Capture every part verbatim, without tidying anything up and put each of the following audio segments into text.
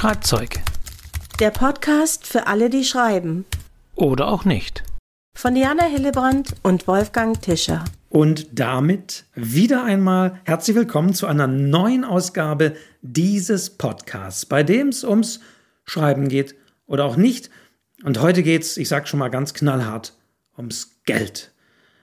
Schreibzeug. Der Podcast für alle, die schreiben. Oder auch nicht. Von Diana Hillebrand und Wolfgang Tischer. Und damit wieder einmal herzlich willkommen zu einer neuen Ausgabe dieses Podcasts, bei dem es ums Schreiben geht oder auch nicht. Und heute geht es, ich sage schon mal ganz knallhart, ums Geld.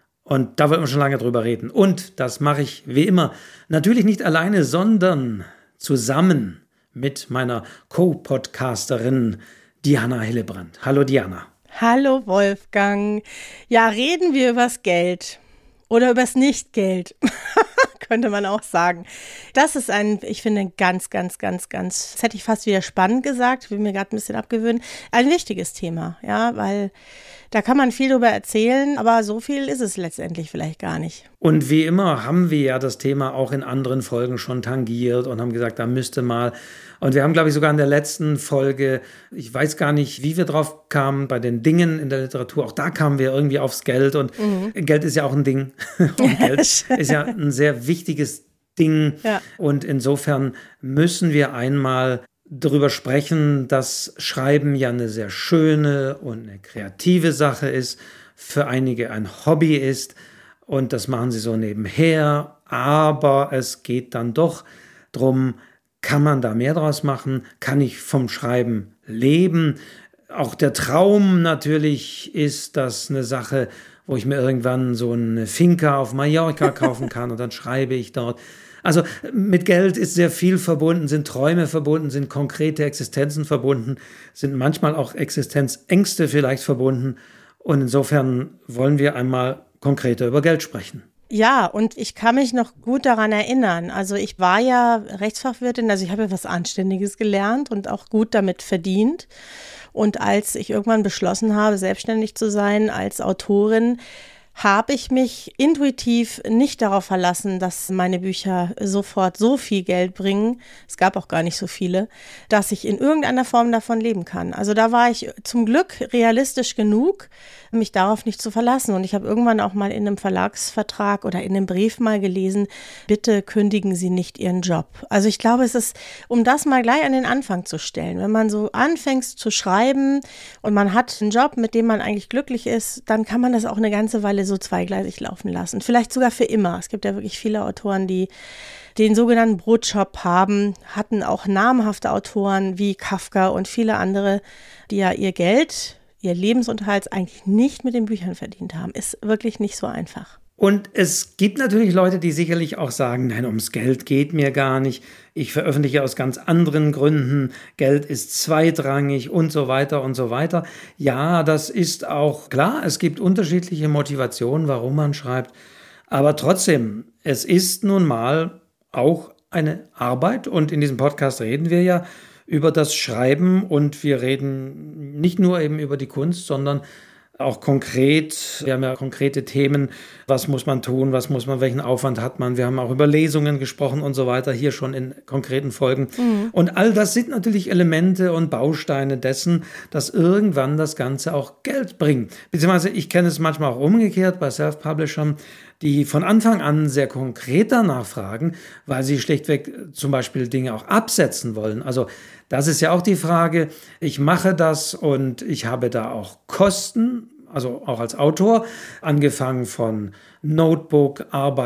Und da wollten wir schon lange drüber reden. Und das mache ich wie immer natürlich nicht alleine, sondern zusammen mit meiner Co-Podcasterin Diana Hillebrand. Hallo Diana. Hallo Wolfgang. Ja, reden wir übers Geld oder übers Nicht-Geld, könnte man auch sagen. Das ist ein, ich finde, ein ganz, ganz, ganz, ganz, das hätte ich fast wieder spannend gesagt, will mir gerade ein bisschen abgewöhnen, ein wichtiges Thema, ja, weil da kann man viel drüber erzählen, aber so viel ist es letztendlich vielleicht gar nicht. Und wie immer haben wir ja das Thema auch in anderen Folgen schon tangiert und haben gesagt, da müsste mal. Und wir haben, glaube ich, sogar in der letzten Folge, ich weiß gar nicht, wie wir drauf kamen, bei den Dingen in der Literatur, auch da kamen wir irgendwie aufs Geld. Und mhm. Geld ist ja auch ein Ding. Und Geld ist ja ein sehr wichtiges Ding. Ja. Und insofern müssen wir einmal darüber sprechen, dass Schreiben ja eine sehr schöne und eine kreative Sache ist, für einige ein Hobby ist und das machen sie so nebenher, aber es geht dann doch darum, kann man da mehr draus machen, kann ich vom Schreiben leben? Auch der Traum natürlich ist das eine Sache, wo ich mir irgendwann so eine Finca auf Mallorca kaufen kann und dann schreibe ich dort. Also mit Geld ist sehr viel verbunden, sind Träume verbunden, sind konkrete Existenzen verbunden, sind manchmal auch Existenzängste vielleicht verbunden. Und insofern wollen wir einmal konkreter über Geld sprechen. Ja, und ich kann mich noch gut daran erinnern. Also ich war ja Rechtsfachwirtin, also ich habe ja was Anständiges gelernt und auch gut damit verdient. Und als ich irgendwann beschlossen habe, selbstständig zu sein als Autorin, habe ich mich intuitiv nicht darauf verlassen, dass meine Bücher sofort so viel Geld bringen, es gab auch gar nicht so viele, dass ich in irgendeiner Form davon leben kann. Also da war ich zum Glück realistisch genug, mich darauf nicht zu verlassen. Und ich habe irgendwann auch mal in einem Verlagsvertrag oder in einem Brief mal gelesen, bitte kündigen Sie nicht Ihren Job. Also ich glaube, es ist, um das mal gleich an den Anfang zu stellen, wenn man so anfängt zu schreiben und man hat einen Job, mit dem man eigentlich glücklich ist, dann kann man das auch eine ganze Weile so zweigleisig laufen lassen. Vielleicht sogar für immer. Es gibt ja wirklich viele Autoren, die den sogenannten Brotjob haben, hatten auch namhafte Autoren wie Kafka und viele andere, die ja ihr Geld, ihr Lebensunterhalt eigentlich nicht mit den Büchern verdient haben. Ist wirklich nicht so einfach. Und es gibt natürlich Leute, die sicherlich auch sagen, nein, ums Geld geht mir gar nicht. Ich veröffentliche aus ganz anderen Gründen. Geld ist zweitrangig und so weiter und so weiter. Ja, das ist auch klar. Es gibt unterschiedliche Motivationen, warum man schreibt. Aber trotzdem, es ist nun mal auch eine Arbeit. Und in diesem Podcast reden wir ja über das Schreiben. Und wir reden nicht nur eben über die Kunst, sondern auch konkret, wir haben ja konkrete Themen, was muss man tun, was muss man, welchen Aufwand hat man. Wir haben auch über Lesungen gesprochen und so weiter, hier schon in konkreten Folgen. Mhm. Und all das sind natürlich Elemente und Bausteine dessen, dass irgendwann das Ganze auch Geld bringt. Beziehungsweise ich kenne es manchmal auch umgekehrt bei Self-Publishern, die von Anfang an sehr konkret danach fragen, weil sie schlichtweg zum Beispiel Dinge auch absetzen wollen. Also das ist ja auch die Frage, ich mache das und ich habe da auch Kosten, also auch als Autor, angefangen von Notebook,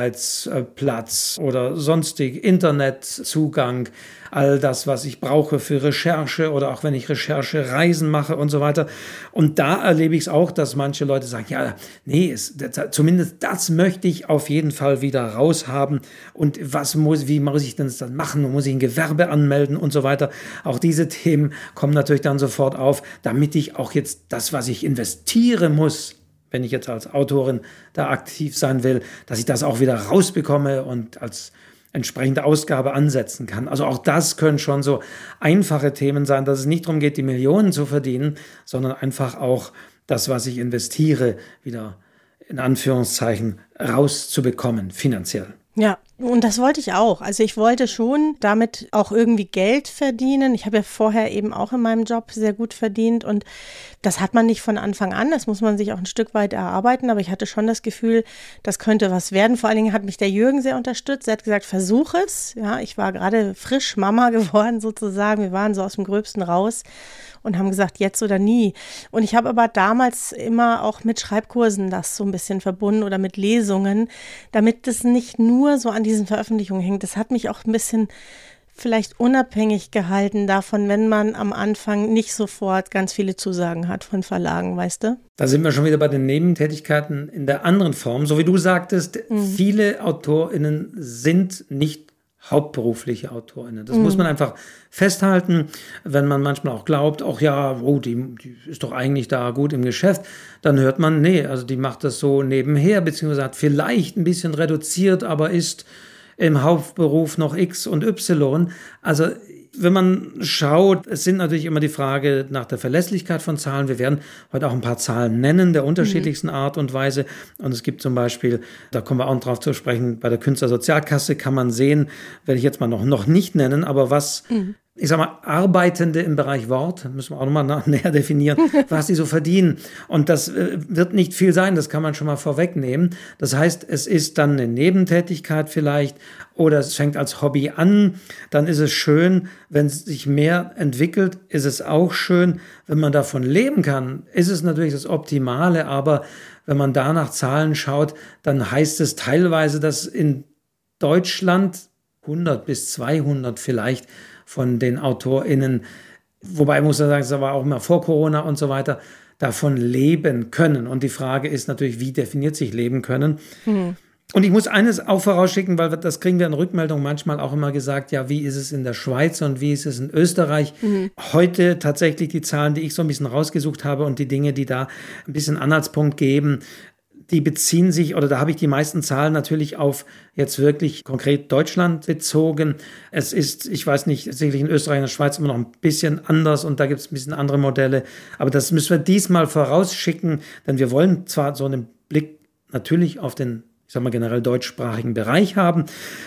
Arbeitsplatz oder sonstig Internetzugang, all das, was ich brauche für Recherche oder auch wenn ich Recherche, Reisen mache und so weiter. Und da erlebe ich es auch, dass manche Leute sagen, ja, nee, es, zumindest das möchte ich auf jeden Fall wieder raushaben. Und was muss, wie muss ich denn das dann machen? Muss ich ein Gewerbe anmelden und so weiter? Auch diese Themen kommen natürlich dann sofort auf, damit ich auch jetzt das, was ich investieren muss, wenn ich jetzt als Autorin da aktiv sein will, dass ich das auch wieder rausbekomme und als entsprechende Ausgabe ansetzen kann. Also auch das können schon so einfache Themen sein, dass es nicht darum geht, die Millionen zu verdienen, sondern einfach auch das, was ich investiere, wieder in Anführungszeichen rauszubekommen, finanziell. Ja, Und das wollte ich auch. Also ich wollte schon damit auch irgendwie Geld verdienen. Ich habe ja vorher eben auch in meinem Job sehr gut verdient und das hat man nicht von Anfang an. Das muss man sich auch ein Stück weit erarbeiten. Aber ich hatte schon das Gefühl, das könnte was werden. Vor allen Dingen hat mich der Jürgen sehr unterstützt. Er hat gesagt, versuch es. Ja, ich war gerade frisch Mama geworden sozusagen. Wir waren so aus dem Gröbsten raus und haben gesagt, jetzt oder nie. Und ich habe aber damals immer auch mit Schreibkursen das so ein bisschen verbunden oder mit Lesungen, damit das nicht nur so an diesen Veröffentlichungen hängt. Das hat mich auch ein bisschen vielleicht unabhängig gehalten davon, wenn man am Anfang nicht sofort ganz viele Zusagen hat von Verlagen, weißt du? Da sind wir schon wieder bei den Nebentätigkeiten in der anderen Form. So wie du sagtest, mhm. viele AutorInnen sind nicht hauptberufliche AutorInnen. Das mhm. muss man einfach festhalten, wenn man manchmal auch glaubt, ach ja, oh, die, die ist doch eigentlich da gut im Geschäft, dann hört man, nee, also die macht das so nebenher, beziehungsweise hat vielleicht ein bisschen reduziert, aber ist im Hauptberuf noch X und Y. Also wenn man schaut, es sind natürlich immer die Frage nach der Verlässlichkeit von Zahlen. Wir werden heute auch ein paar Zahlen nennen, der unterschiedlichsten mhm. Art und Weise. Und es gibt zum Beispiel, da kommen wir auch drauf zu sprechen, bei der Künstlersozialkasse kann man sehen, werde ich jetzt mal noch, noch nicht nennen, aber was, mhm. ich sag mal, Arbeitende im Bereich Wort, müssen wir auch nochmal näher definieren, was die so verdienen. Und das äh, wird nicht viel sein, das kann man schon mal vorwegnehmen. Das heißt, es ist dann eine Nebentätigkeit vielleicht oder es fängt als Hobby an. Dann ist es schön, wenn es sich mehr entwickelt, ist es auch schön. Wenn man davon leben kann, ist es natürlich das Optimale. Aber wenn man da nach Zahlen schaut, dann heißt es teilweise, dass in Deutschland hundert bis zweihundert vielleicht von den AutorInnen, wobei muss man sagen, es war auch immer vor Corona und so weiter, davon leben können. Und die Frage ist natürlich, wie definiert sich leben können? Mhm. Und ich muss eines auch vorausschicken, weil das kriegen wir in Rückmeldungen manchmal auch immer gesagt, ja, wie ist es in der Schweiz und wie ist es in Österreich? Mhm. Heute tatsächlich die Zahlen, die ich so ein bisschen rausgesucht habe und die Dinge, die da ein bisschen Anhaltspunkt geben, die beziehen sich, oder da habe ich die meisten Zahlen natürlich auf jetzt wirklich konkret Deutschland bezogen. Es ist, ich weiß nicht, sicherlich in Österreich und der Schweiz immer noch ein bisschen anders und da gibt es ein bisschen andere Modelle. Aber das müssen wir diesmal vorausschicken, denn wir wollen zwar so einen Blick natürlich auf den, ich sag mal, generell deutschsprachigen Bereich haben.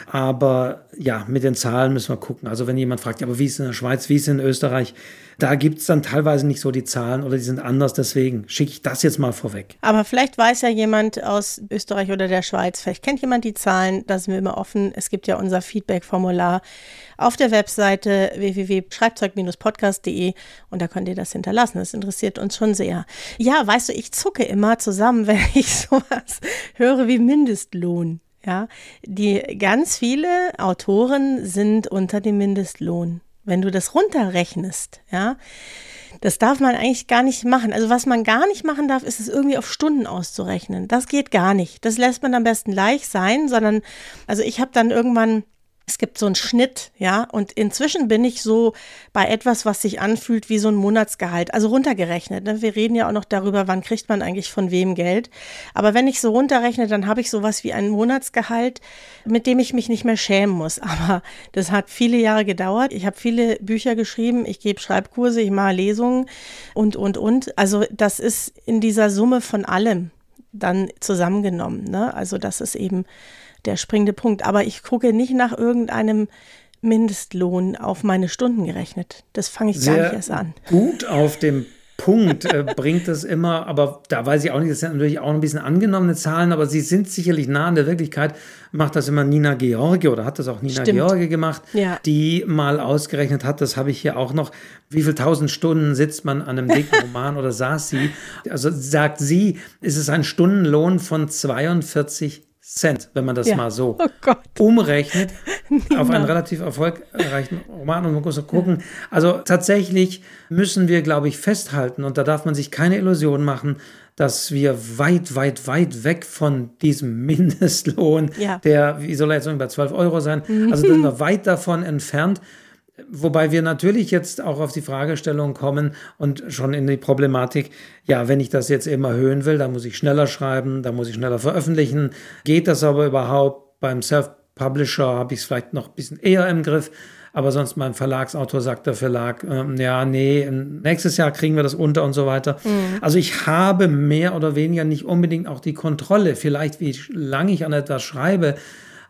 Aber ja, mit den Zahlen müssen wir gucken. Also wenn jemand fragt, ja, aber wie ist es in der Schweiz, wie ist es in Österreich? Da gibt es dann teilweise nicht so die Zahlen oder die sind anders. Deswegen schicke ich das jetzt mal vorweg. Aber vielleicht weiß ja jemand aus Österreich oder der Schweiz, vielleicht kennt jemand die Zahlen, da sind wir immer offen. Es gibt ja unser Feedback-Formular auf der Webseite w w w punkt schreibzeug Bindestrich podcast punkt de und da könnt ihr das hinterlassen. Das interessiert uns schon sehr. Ja, weißt du, ich zucke immer zusammen, wenn ich sowas höre wie Mindestlohn. Ja, die ganz viele Autoren sind unter dem Mindestlohn. Wenn du das runterrechnest, ja, das darf man eigentlich gar nicht machen. Also was man gar nicht machen darf, ist es irgendwie auf Stunden auszurechnen. Das geht gar nicht. Das lässt man am besten gleich sein, sondern, also ich habe dann irgendwann, es gibt so einen Schnitt, ja, und inzwischen bin ich so bei etwas, was sich anfühlt wie so ein Monatsgehalt, also runtergerechnet. Ne? Wir reden ja auch noch darüber, wann kriegt man eigentlich von wem Geld. Aber wenn ich so runterrechne, dann habe ich sowas wie ein Monatsgehalt, mit dem ich mich nicht mehr schämen muss. Aber das hat viele Jahre gedauert. Ich habe viele Bücher geschrieben, ich gebe Schreibkurse, ich mache Lesungen und, und, und. Also das ist in dieser Summe von allem dann zusammengenommen. Ne? Also das ist eben der springende Punkt. Aber ich gucke nicht nach irgendeinem Mindestlohn auf meine Stunden gerechnet. Das fange ich Sehr gar nicht erst an. Gut auf dem Punkt äh, bringt es immer, aber da weiß ich auch nicht, das sind natürlich auch ein bisschen angenommene Zahlen, aber sie sind sicherlich nah an der Wirklichkeit. Macht das immer Nina George oder hat das auch Nina Stimmt. George gemacht, ja. die mal ausgerechnet hat, das habe ich hier auch noch, wie viel tausend Stunden sitzt man an einem dicken Roman oder saß sie. Also sagt sie, ist es ein Stundenlohn von zweiundvierzig Cent, wenn man das ja. mal so oh umrechnet, auf einen relativ erfolgreichen Roman. Und man muss gucken. Also tatsächlich müssen wir, glaube ich, festhalten, und da darf man sich keine Illusion machen, dass wir weit, weit, weit weg von diesem Mindestlohn, ja. der, wie soll er jetzt bei zwölf Euro sein, mhm. also sind wir weit davon entfernt. Wobei wir natürlich jetzt auch auf die Fragestellung kommen und schon in die Problematik, ja, wenn ich das jetzt eben erhöhen will, dann muss ich schneller schreiben, dann muss ich schneller veröffentlichen. Geht das aber überhaupt? Beim Self-Publisher habe ich es vielleicht noch ein bisschen eher im Griff, aber sonst beim Verlagsautor sagt der Verlag, ähm, ja, nee, nächstes Jahr kriegen wir das unter und so weiter. Mhm. Also ich habe mehr oder weniger nicht unbedingt auch die Kontrolle, vielleicht wie lange ich an etwas schreibe,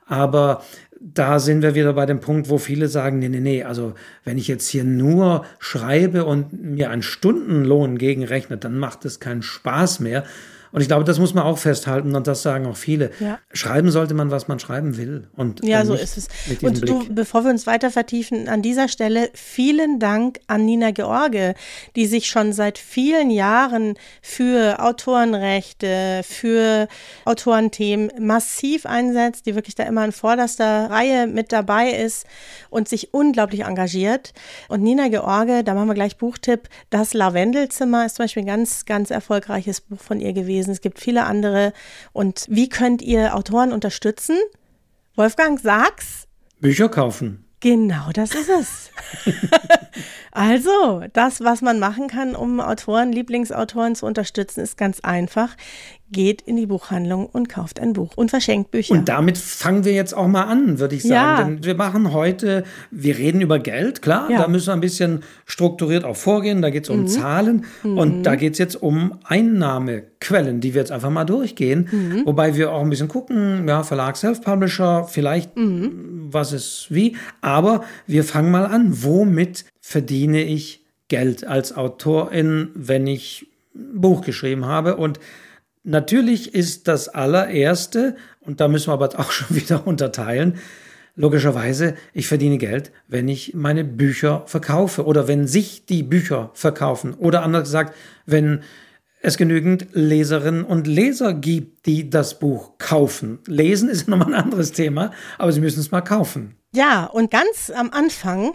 Aber da sind wir wieder bei dem Punkt, wo viele sagen, nee, nee, nee, also wenn ich jetzt hier nur schreibe und mir einen Stundenlohn gegenrechne, dann macht es keinen Spaß mehr. Und ich glaube, das muss man auch festhalten und das sagen auch viele. Ja. Schreiben sollte man, was man schreiben will. Und ja, so ist es. Und du, bevor wir uns weiter vertiefen, an dieser Stelle vielen Dank an Nina George, die sich schon seit vielen Jahren für Autorenrechte, für Autorenthemen massiv einsetzt, die wirklich da immer in vorderster Reihe mit dabei ist und sich unglaublich engagiert. Und Nina George, da machen wir gleich Buchtipp, Das Lavendelzimmer ist zum Beispiel ein ganz, ganz erfolgreiches Buch von ihr gewesen. Es gibt viele andere. Und wie könnt ihr Autoren unterstützen? Wolfgang, sag's. Bücher kaufen. Genau, das ist es. Also, das, was man machen kann, um Autoren, Lieblingsautoren zu unterstützen, ist ganz einfach. Geht in die Buchhandlung und kauft ein Buch und verschenkt Bücher. Und damit fangen wir jetzt auch mal an, würde ich sagen. Ja. Denn wir machen heute, wir reden über Geld, klar, ja. Da müssen wir ein bisschen strukturiert auch vorgehen. Da geht es um mhm. Zahlen mhm. und da geht es jetzt um Einnahmequellen, die wir jetzt einfach mal durchgehen. Mhm. Wobei wir auch ein bisschen gucken, ja, Verlag, Self-Publisher, vielleicht mhm. was ist wie. Aber wir fangen mal an, womit verdiene ich Geld als Autorin, wenn ich ein Buch geschrieben habe? Und natürlich ist das allererste, und da müssen wir aber auch schon wieder unterteilen, logischerweise, ich verdiene Geld, wenn ich meine Bücher verkaufe oder wenn sich die Bücher verkaufen. Oder anders gesagt, wenn es genügend Leserinnen und Leser gibt, die das Buch kaufen. Lesen ist nochmal ein anderes Thema, aber sie müssen es mal kaufen. Ja, und ganz am Anfang,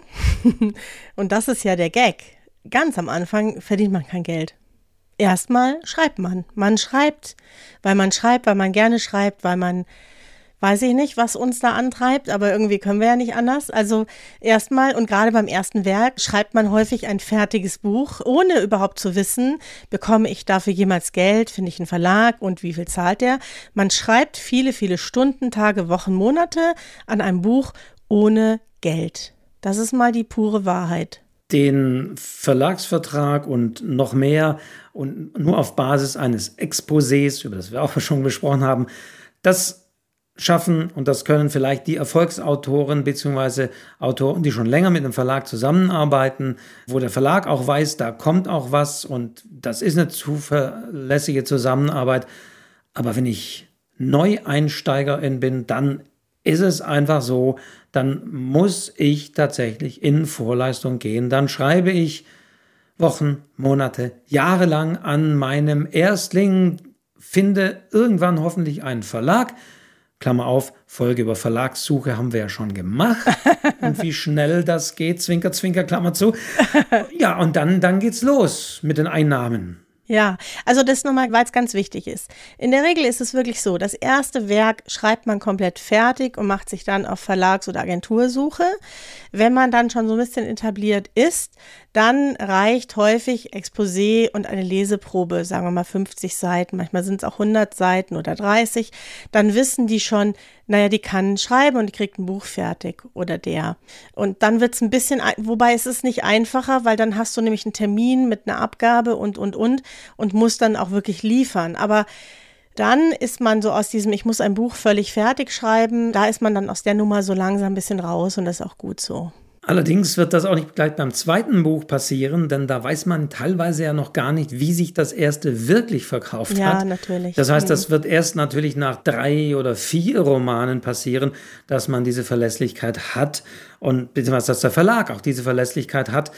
und das ist ja der Gag, ganz am Anfang verdient man kein Geld. Erstmal schreibt man. Man schreibt, weil man schreibt, weil man gerne schreibt, weil man, weiß ich nicht, was uns da antreibt, aber irgendwie können wir ja nicht anders. Also erstmal und gerade beim ersten Werk schreibt man häufig ein fertiges Buch, ohne überhaupt zu wissen, bekomme ich dafür jemals Geld, finde ich einen Verlag und wie viel zahlt der. Man schreibt viele, viele Stunden, Tage, Wochen, Monate an einem Buch ohne Geld. Das ist mal die pure Wahrheit. Den Verlagsvertrag und noch mehr und nur auf Basis eines Exposés, über das wir auch schon gesprochen haben, das schaffen und das können vielleicht die Erfolgsautoren bzw. Autoren, die schon länger mit einem Verlag zusammenarbeiten, wo der Verlag auch weiß, da kommt auch was und das ist eine zuverlässige Zusammenarbeit. Aber wenn ich Neueinsteigerin bin, dann ist es einfach so, dann muss ich tatsächlich in Vorleistung gehen. Dann schreibe ich Wochen, Monate, Jahre lang an meinem Erstling, finde irgendwann hoffentlich einen Verlag. Klammer auf, Folge über Verlagssuche haben wir ja schon gemacht. Und wie schnell das geht, Zwinker, Zwinker, Klammer zu. Ja, und dann, dann geht's los mit den Einnahmen. Ja, also das nochmal, weil es ganz wichtig ist. In der Regel ist es wirklich so, das erste Werk schreibt man komplett fertig und macht sich dann auf Verlags- oder Agentursuche. Wenn man dann schon so ein bisschen etabliert ist, dann reicht häufig Exposé und eine Leseprobe, sagen wir mal fünfzig Seiten, manchmal sind es auch hundert Seiten oder dreißig. Dann wissen die schon, naja, die kann schreiben und die kriegt ein Buch fertig oder der. Und dann wird es ein bisschen, wobei es ist nicht einfacher, weil dann hast du nämlich einen Termin mit einer Abgabe und, und, und und musst dann auch wirklich liefern. Aber dann ist man so aus diesem, ich muss ein Buch völlig fertig schreiben, da ist man dann aus der Nummer so langsam ein bisschen raus und das ist auch gut so. Allerdings wird das auch nicht gleich beim zweiten Buch passieren, denn da weiß man teilweise ja noch gar nicht, wie sich das erste wirklich verkauft ja, hat. Ja, natürlich. Das heißt, das wird erst natürlich nach drei oder vier Romanen passieren, dass man diese Verlässlichkeit hat und beziehungsweise dass der Verlag auch diese Verlässlichkeit hat,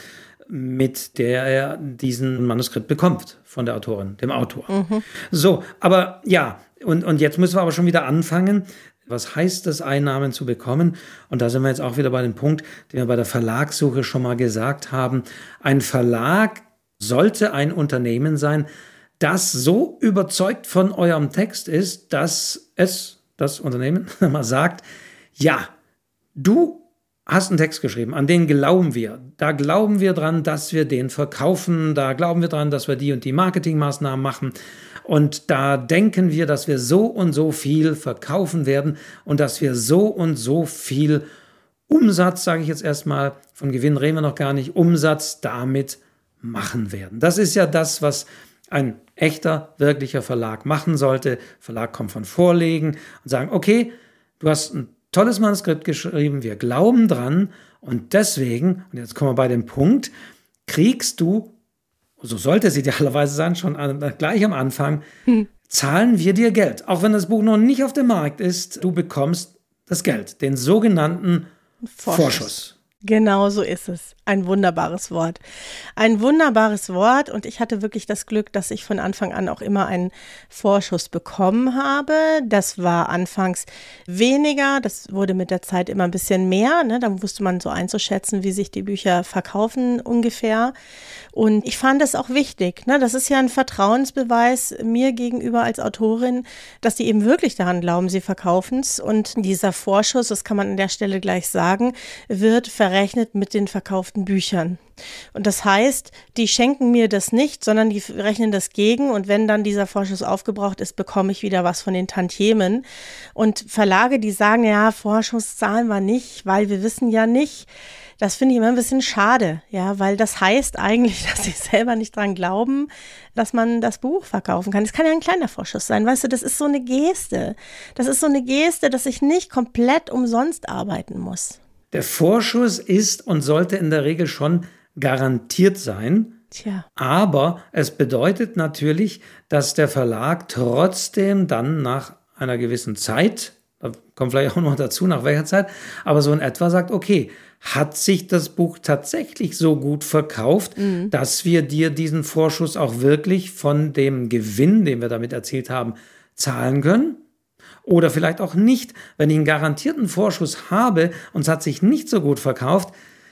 mit der er diesen Manuskript bekommt von der Autorin, dem Autor. Mhm. So, aber ja, und, und jetzt müssen wir aber schon wieder anfangen. Was heißt es, Einnahmen zu bekommen? Und da sind wir jetzt auch wieder bei dem Punkt, den wir bei der Verlagssuche schon mal gesagt haben. Ein Verlag sollte ein Unternehmen sein, das so überzeugt von eurem Text ist, dass es, das Unternehmen, mal sagt, ja, du hast einen Text geschrieben, an den glauben wir. Da glauben wir dran, dass wir den verkaufen. Da glauben wir dran, dass wir die und die Marketingmaßnahmen machen. Und da denken wir, dass wir so und so viel verkaufen werden und dass wir so und so viel Umsatz, sage ich jetzt erstmal, von Gewinn reden wir noch gar nicht, Umsatz damit machen werden. Das ist ja das, was ein echter, wirklicher Verlag machen sollte. Verlag kommt von Vorlegen und sagen, okay, du hast ein tolles Manuskript geschrieben, wir glauben dran und deswegen, und jetzt kommen wir bei dem Punkt, kriegst du, so sollte es idealerweise sein, schon an, gleich am Anfang, hm. zahlen wir dir Geld. Auch wenn das Buch noch nicht auf dem Markt ist, du bekommst das Geld, den sogenannten Vorschuss. Vorschuss. Genau so ist es. Ein wunderbares Wort. Ein wunderbares Wort und ich hatte wirklich das Glück, dass ich von Anfang an auch immer einen Vorschuss bekommen habe. Das war anfangs weniger, das wurde mit der Zeit immer ein bisschen mehr, ne? Dann wusste man so einzuschätzen, wie sich die Bücher verkaufen ungefähr. Und ich fand das auch wichtig, ne? Das ist ja ein Vertrauensbeweis mir gegenüber als Autorin, dass die eben wirklich daran glauben, sie verkaufen es. Und dieser Vorschuss, das kann man an der Stelle gleich sagen, wird verrechnet mit den verkauften Büchern. Und das heißt, die schenken mir das nicht, sondern die rechnen das gegen und wenn dann dieser Vorschuss aufgebraucht ist, bekomme ich wieder was von den Tantiemen. Und Verlage, die sagen, ja, Vorschuss zahlen wir nicht, weil wir wissen ja nicht. Das finde ich immer ein bisschen schade, ja, weil das heißt eigentlich, dass sie selber nicht dran glauben, dass man das Buch verkaufen kann. Es kann ja ein kleiner Vorschuss sein, weißt du, das ist so eine Geste. Das ist so eine Geste, dass ich nicht komplett umsonst arbeiten muss. Der Vorschuss ist und sollte in der Regel schon garantiert sein. Tja. Aber es bedeutet natürlich, dass der Verlag trotzdem dann nach einer gewissen Zeit, da kommt vielleicht auch noch dazu, nach welcher Zeit, aber so in etwa sagt, okay, hat sich das Buch tatsächlich so gut verkauft, mhm. dass wir dir diesen Vorschuss auch wirklich von dem Gewinn, den wir damit erzielt haben, zahlen können? Oder vielleicht auch nicht. Wenn ich einen garantierten Vorschuss habe und es hat sich nicht so gut verkauft,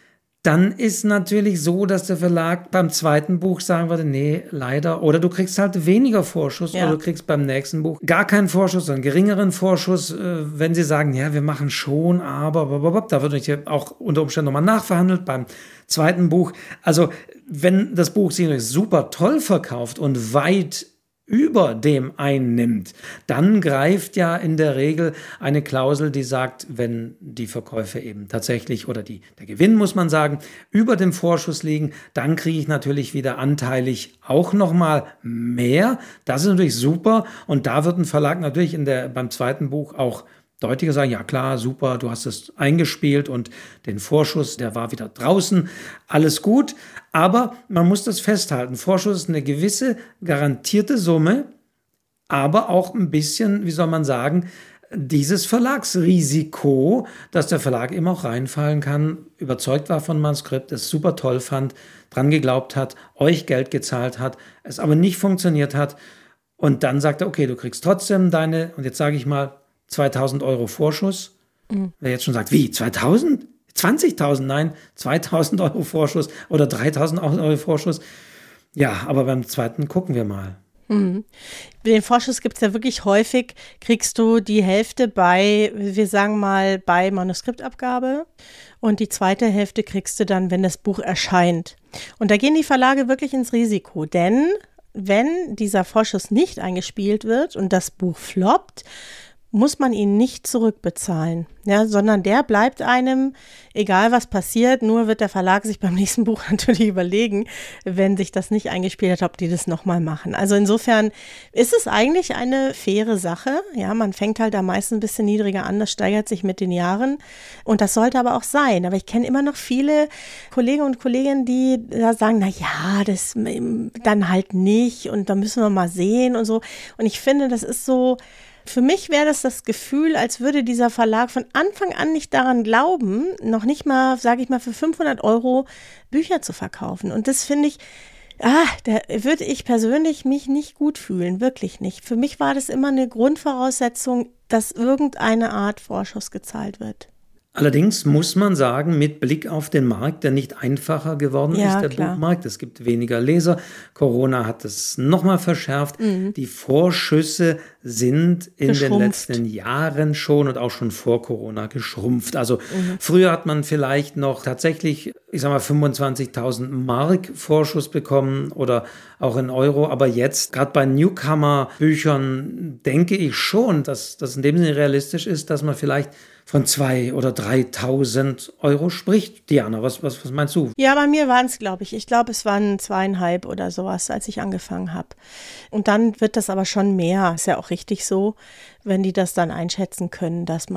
dann ist natürlich so, dass der Verlag beim zweiten Buch sagen würde, nee, leider. Oder du kriegst halt weniger Vorschuss ja. oder du kriegst beim nächsten Buch gar keinen Vorschuss, sondern einen geringeren Vorschuss, wenn sie sagen, ja, wir machen schon, aber da wird nicht auch unter Umständen nochmal nachverhandelt beim zweiten Buch. Also wenn das Buch sich super toll verkauft und weit über dem einnimmt, dann greift ja in der Regel eine Klausel, die sagt, wenn die Verkäufe eben tatsächlich oder die, der Gewinn, muss man sagen, über dem Vorschuss liegen, dann kriege ich natürlich wieder anteilig auch nochmal mehr. Das ist natürlich super und da wird ein Verlag natürlich in der, beim zweiten Buch auch deutlicher sagen, ja klar, super, du hast es eingespielt und den Vorschuss, der war wieder draußen, alles gut. Aber man muss das festhalten, Vorschuss ist eine gewisse garantierte Summe, aber auch ein bisschen, wie soll man sagen, dieses Verlagsrisiko, dass der Verlag eben auch reinfallen kann, überzeugt war von Manuskript, es super toll fand, dran geglaubt hat, euch Geld gezahlt hat, es aber nicht funktioniert hat und dann sagt er, okay, du kriegst trotzdem deine, und jetzt sage ich mal, zweitausend Euro Vorschuss. Mhm. Wer jetzt schon sagt, wie, zweitausend? zwanzigtausend? Nein, zweitausend Euro Vorschuss oder dreitausend Euro Vorschuss. Ja, aber beim zweiten gucken wir mal. Mhm. Den Vorschuss gibt es ja wirklich häufig. Kriegst du die Hälfte bei, wir sagen mal, bei Manuskriptabgabe und die zweite Hälfte kriegst du dann, wenn das Buch erscheint. Und da gehen die Verlage wirklich ins Risiko, denn wenn dieser Vorschuss nicht eingespielt wird und das Buch floppt, muss man ihn nicht zurückbezahlen, ja, sondern der bleibt einem, egal was passiert, nur wird der Verlag sich beim nächsten Buch natürlich überlegen, wenn sich das nicht eingespielt hat, ob die das nochmal machen. Also insofern ist es eigentlich eine faire Sache, ja, man fängt halt da meist ein bisschen niedriger an, das steigert sich mit den Jahren und das sollte aber auch sein, aber ich kenne immer noch viele Kollegen und Kolleginnen, die da sagen, na ja, das dann halt nicht und da müssen wir mal sehen und so und ich finde, das ist so. Für mich wäre das das Gefühl, als würde dieser Verlag von Anfang an nicht daran glauben, noch nicht mal, sage ich mal, für fünfhundert Euro Bücher zu verkaufen. Und das finde ich, ah, da würde ich persönlich mich nicht gut fühlen, wirklich nicht. Für mich war das immer eine Grundvoraussetzung, dass irgendeine Art Vorschuss gezahlt wird. Allerdings muss man sagen, mit Blick auf den Markt, der nicht einfacher geworden ja, ist, der klar. Buchmarkt, es gibt weniger Leser, Corona hat es nochmal verschärft, mhm. die Vorschüsse sind in den letzten Jahren schon und auch schon vor Corona geschrumpft. Also mhm. früher hat man vielleicht noch tatsächlich, ich sag mal, fünfundzwanzigtausend Mark Vorschuss bekommen oder auch in Euro, aber jetzt, gerade bei Newcomer-Büchern, denke ich schon, dass das in dem Sinne realistisch ist, dass man vielleicht von zwei oder dreitausend Euro spricht. Diana, was, was, was meinst du? Ja, bei mir waren es, glaube ich, ich glaube, es waren zweieinhalb oder sowas, als ich angefangen habe. Und dann wird das aber schon mehr, ist ja auch richtig so, wenn die das dann einschätzen können, dass man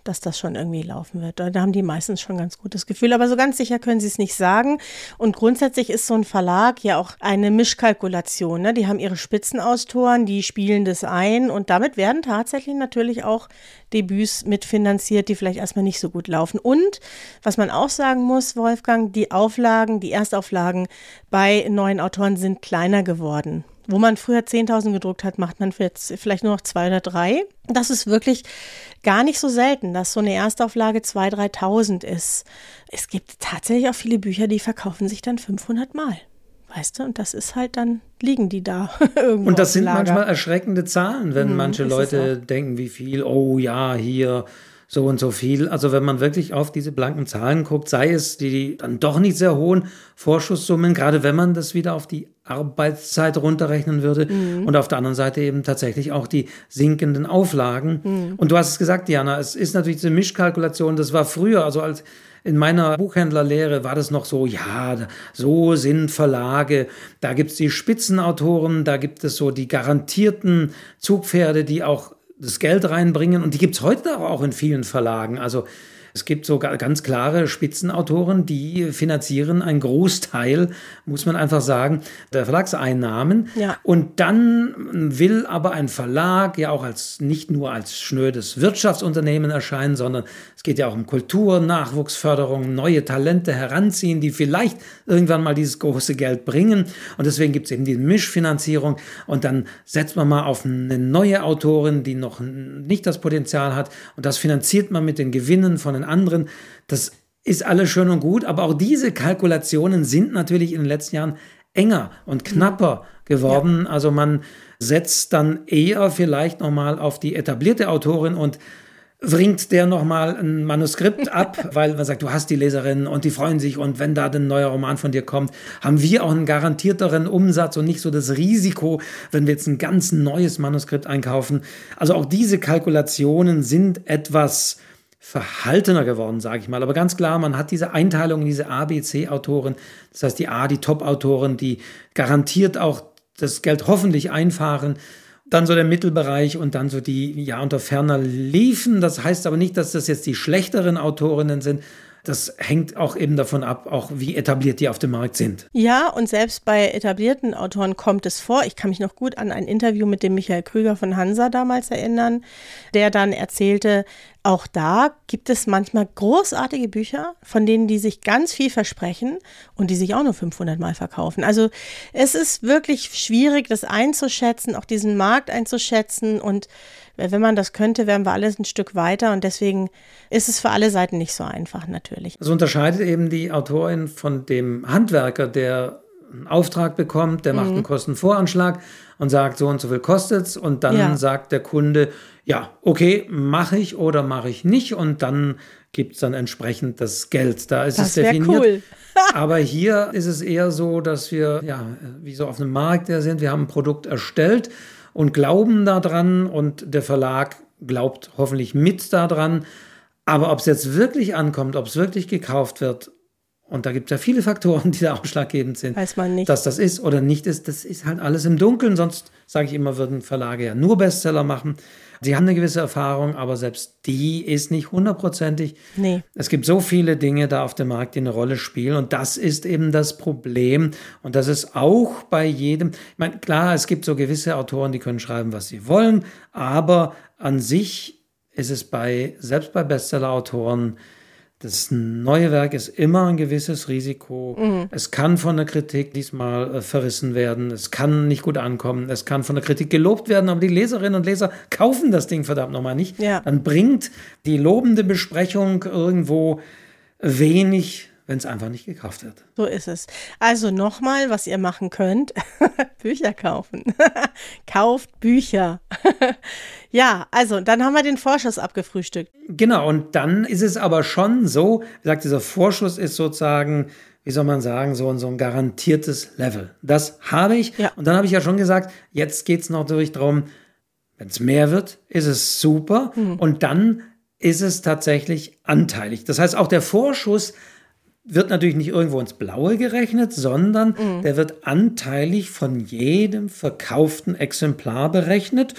dass das schon irgendwie laufen wird. Da haben die meistens schon ein ganz gutes Gefühl, aber so ganz sicher können sie es nicht sagen. Und grundsätzlich ist so ein Verlag ja auch eine Mischkalkulation. Ne? Die haben ihre Spitzenautoren, die spielen das ein und damit werden tatsächlich natürlich auch Debüts mitfinanziert, die vielleicht erstmal nicht so gut laufen. Und was man auch sagen muss, Wolfgang, die Auflagen, die Erstauflagen bei neuen Autoren sind kleiner geworden. Wo man früher zehntausend gedruckt hat, macht man jetzt vielleicht nur noch zwei oder drei. Das ist wirklich gar nicht so selten, dass so eine Erstauflage zweitausend, dreitausend ist. Es gibt tatsächlich auch viele Bücher, die verkaufen sich dann fünfhundert Mal. Weißt du, und das ist halt, dann liegen die da irgendwo. Und das sind Lager. manchmal erschreckende Zahlen, wenn hm, manche Leute denken, wie viel, oh ja, hier so und so viel. Also wenn man wirklich auf diese blanken Zahlen guckt, sei es die dann doch nicht sehr hohen Vorschusssummen, gerade wenn man das wieder auf die Arbeitszeit runterrechnen würde mhm. und auf der anderen Seite eben tatsächlich auch die sinkenden Auflagen. Mhm. Und du hast es gesagt, Diana, es ist natürlich diese Mischkalkulation, das war früher, also als in meiner Buchhändlerlehre war das noch so, ja, so sind Verlage, da gibt es die Spitzenautoren, da gibt es so die garantierten Zugpferde, die auch das Geld reinbringen und die gibt es heute auch in vielen Verlagen. Also es gibt so ganz klare Spitzenautoren, die finanzieren einen Großteil, muss man einfach sagen, der Verlagseinnahmen. Ja. Und dann will aber ein Verlag ja auch als nicht nur als schnödes Wirtschaftsunternehmen erscheinen, sondern es geht ja auch um Kultur, Nachwuchsförderung, neue Talente heranziehen, die vielleicht irgendwann mal dieses große Geld bringen. Und deswegen gibt es eben die Mischfinanzierung. Und dann setzt man mal auf eine neue Autorin, die noch nicht das Potenzial hat. Und das finanziert man mit den Gewinnen von den anderen. Das ist alles schön und gut, aber auch diese Kalkulationen sind natürlich in den letzten Jahren enger und knapper geworden. Ja. Also man setzt dann eher vielleicht nochmal auf die etablierte Autorin und bringt der nochmal ein Manuskript ab, weil man sagt, du hast die Leserinnen und die freuen sich und wenn da ein neuer Roman von dir kommt, haben wir auch einen garantierteren Umsatz und nicht so das Risiko, wenn wir jetzt ein ganz neues Manuskript einkaufen. Also auch diese Kalkulationen sind etwas verhaltener geworden, sage ich mal. Aber ganz klar, man hat diese Einteilung, diese A, B, C-Autoren. Das heißt, die A, die Top-Autoren, die garantiert auch das Geld hoffentlich einfahren. Dann so der Mittelbereich und dann so die, ja, unter ferner liefen. Das heißt aber nicht, dass das jetzt die schlechteren Autorinnen sind. Das hängt auch eben davon ab, auch wie etabliert die auf dem Markt sind. Ja, und selbst bei etablierten Autoren kommt es vor. Ich kann mich noch gut an ein Interview mit dem Michael Krüger von Hansa damals erinnern, der dann erzählte, auch da gibt es manchmal großartige Bücher, von denen die sich ganz viel versprechen und die sich auch nur fünfhundert Mal verkaufen. Also es ist wirklich schwierig, das einzuschätzen, auch diesen Markt einzuschätzen. Und wenn man das könnte, wären wir alles ein Stück weiter. Und deswegen ist es für alle Seiten nicht so einfach natürlich. Das unterscheidet eben die Autorin von dem Handwerker, der einen Auftrag bekommt, der macht einen Kostenvoranschlag und sagt, so und so viel kostet's. Und dann ja. sagt der Kunde, ja, okay, mache ich oder mache ich nicht. Und dann gibt es dann entsprechend das Geld. Da ist das es definiert. Cool. Aber hier ist es eher so, dass wir, ja, wie so auf einem Markt sind, wir haben ein Produkt erstellt und glauben daran und der Verlag glaubt hoffentlich mit daran. Aber ob es jetzt wirklich ankommt, ob es wirklich gekauft wird, und da gibt es ja viele Faktoren, die da ausschlaggebend sind, weiß man nicht. Dass das ist oder nicht ist, das ist halt alles im Dunkeln. Sonst, sage ich immer, würden Verlage ja nur Bestseller machen. Sie haben eine gewisse Erfahrung, aber selbst die ist nicht hundertprozentig. Nee. Es gibt so viele Dinge da auf dem Markt, die eine Rolle spielen. Und das ist eben das Problem. Und das ist auch bei jedem, ich meine, klar, es gibt so gewisse Autoren, die können schreiben, was sie wollen. Aber an sich ist es bei, selbst bei Bestseller-Autoren, das neue Werk ist immer ein gewisses Risiko. Mhm. Es kann von der Kritik diesmal äh, verrissen werden. Es kann nicht gut ankommen. Es kann von der Kritik gelobt werden, aber die Leserinnen und Leser kaufen das Ding verdammt nochmal nicht. Ja. Dann bringt die lobende Besprechung irgendwo wenig, wenn es einfach nicht gekauft wird. So ist es. Also nochmal, was ihr machen könnt, Bücher kaufen. Kauft Bücher. Ja, also dann haben wir den Vorschuss abgefrühstückt. Genau, und dann ist es aber schon so, wie gesagt, dieser Vorschuss ist sozusagen, wie soll man sagen, so, so ein garantiertes Level. Das habe ich. Ja. Und dann habe ich ja schon gesagt, jetzt geht es noch durch darum, wenn es mehr wird, ist es super. Mhm. Und dann ist es tatsächlich anteilig. Das heißt, auch der Vorschuss wird natürlich nicht irgendwo ins Blaue gerechnet, sondern mhm. der wird anteilig von jedem verkauften Exemplar berechnet.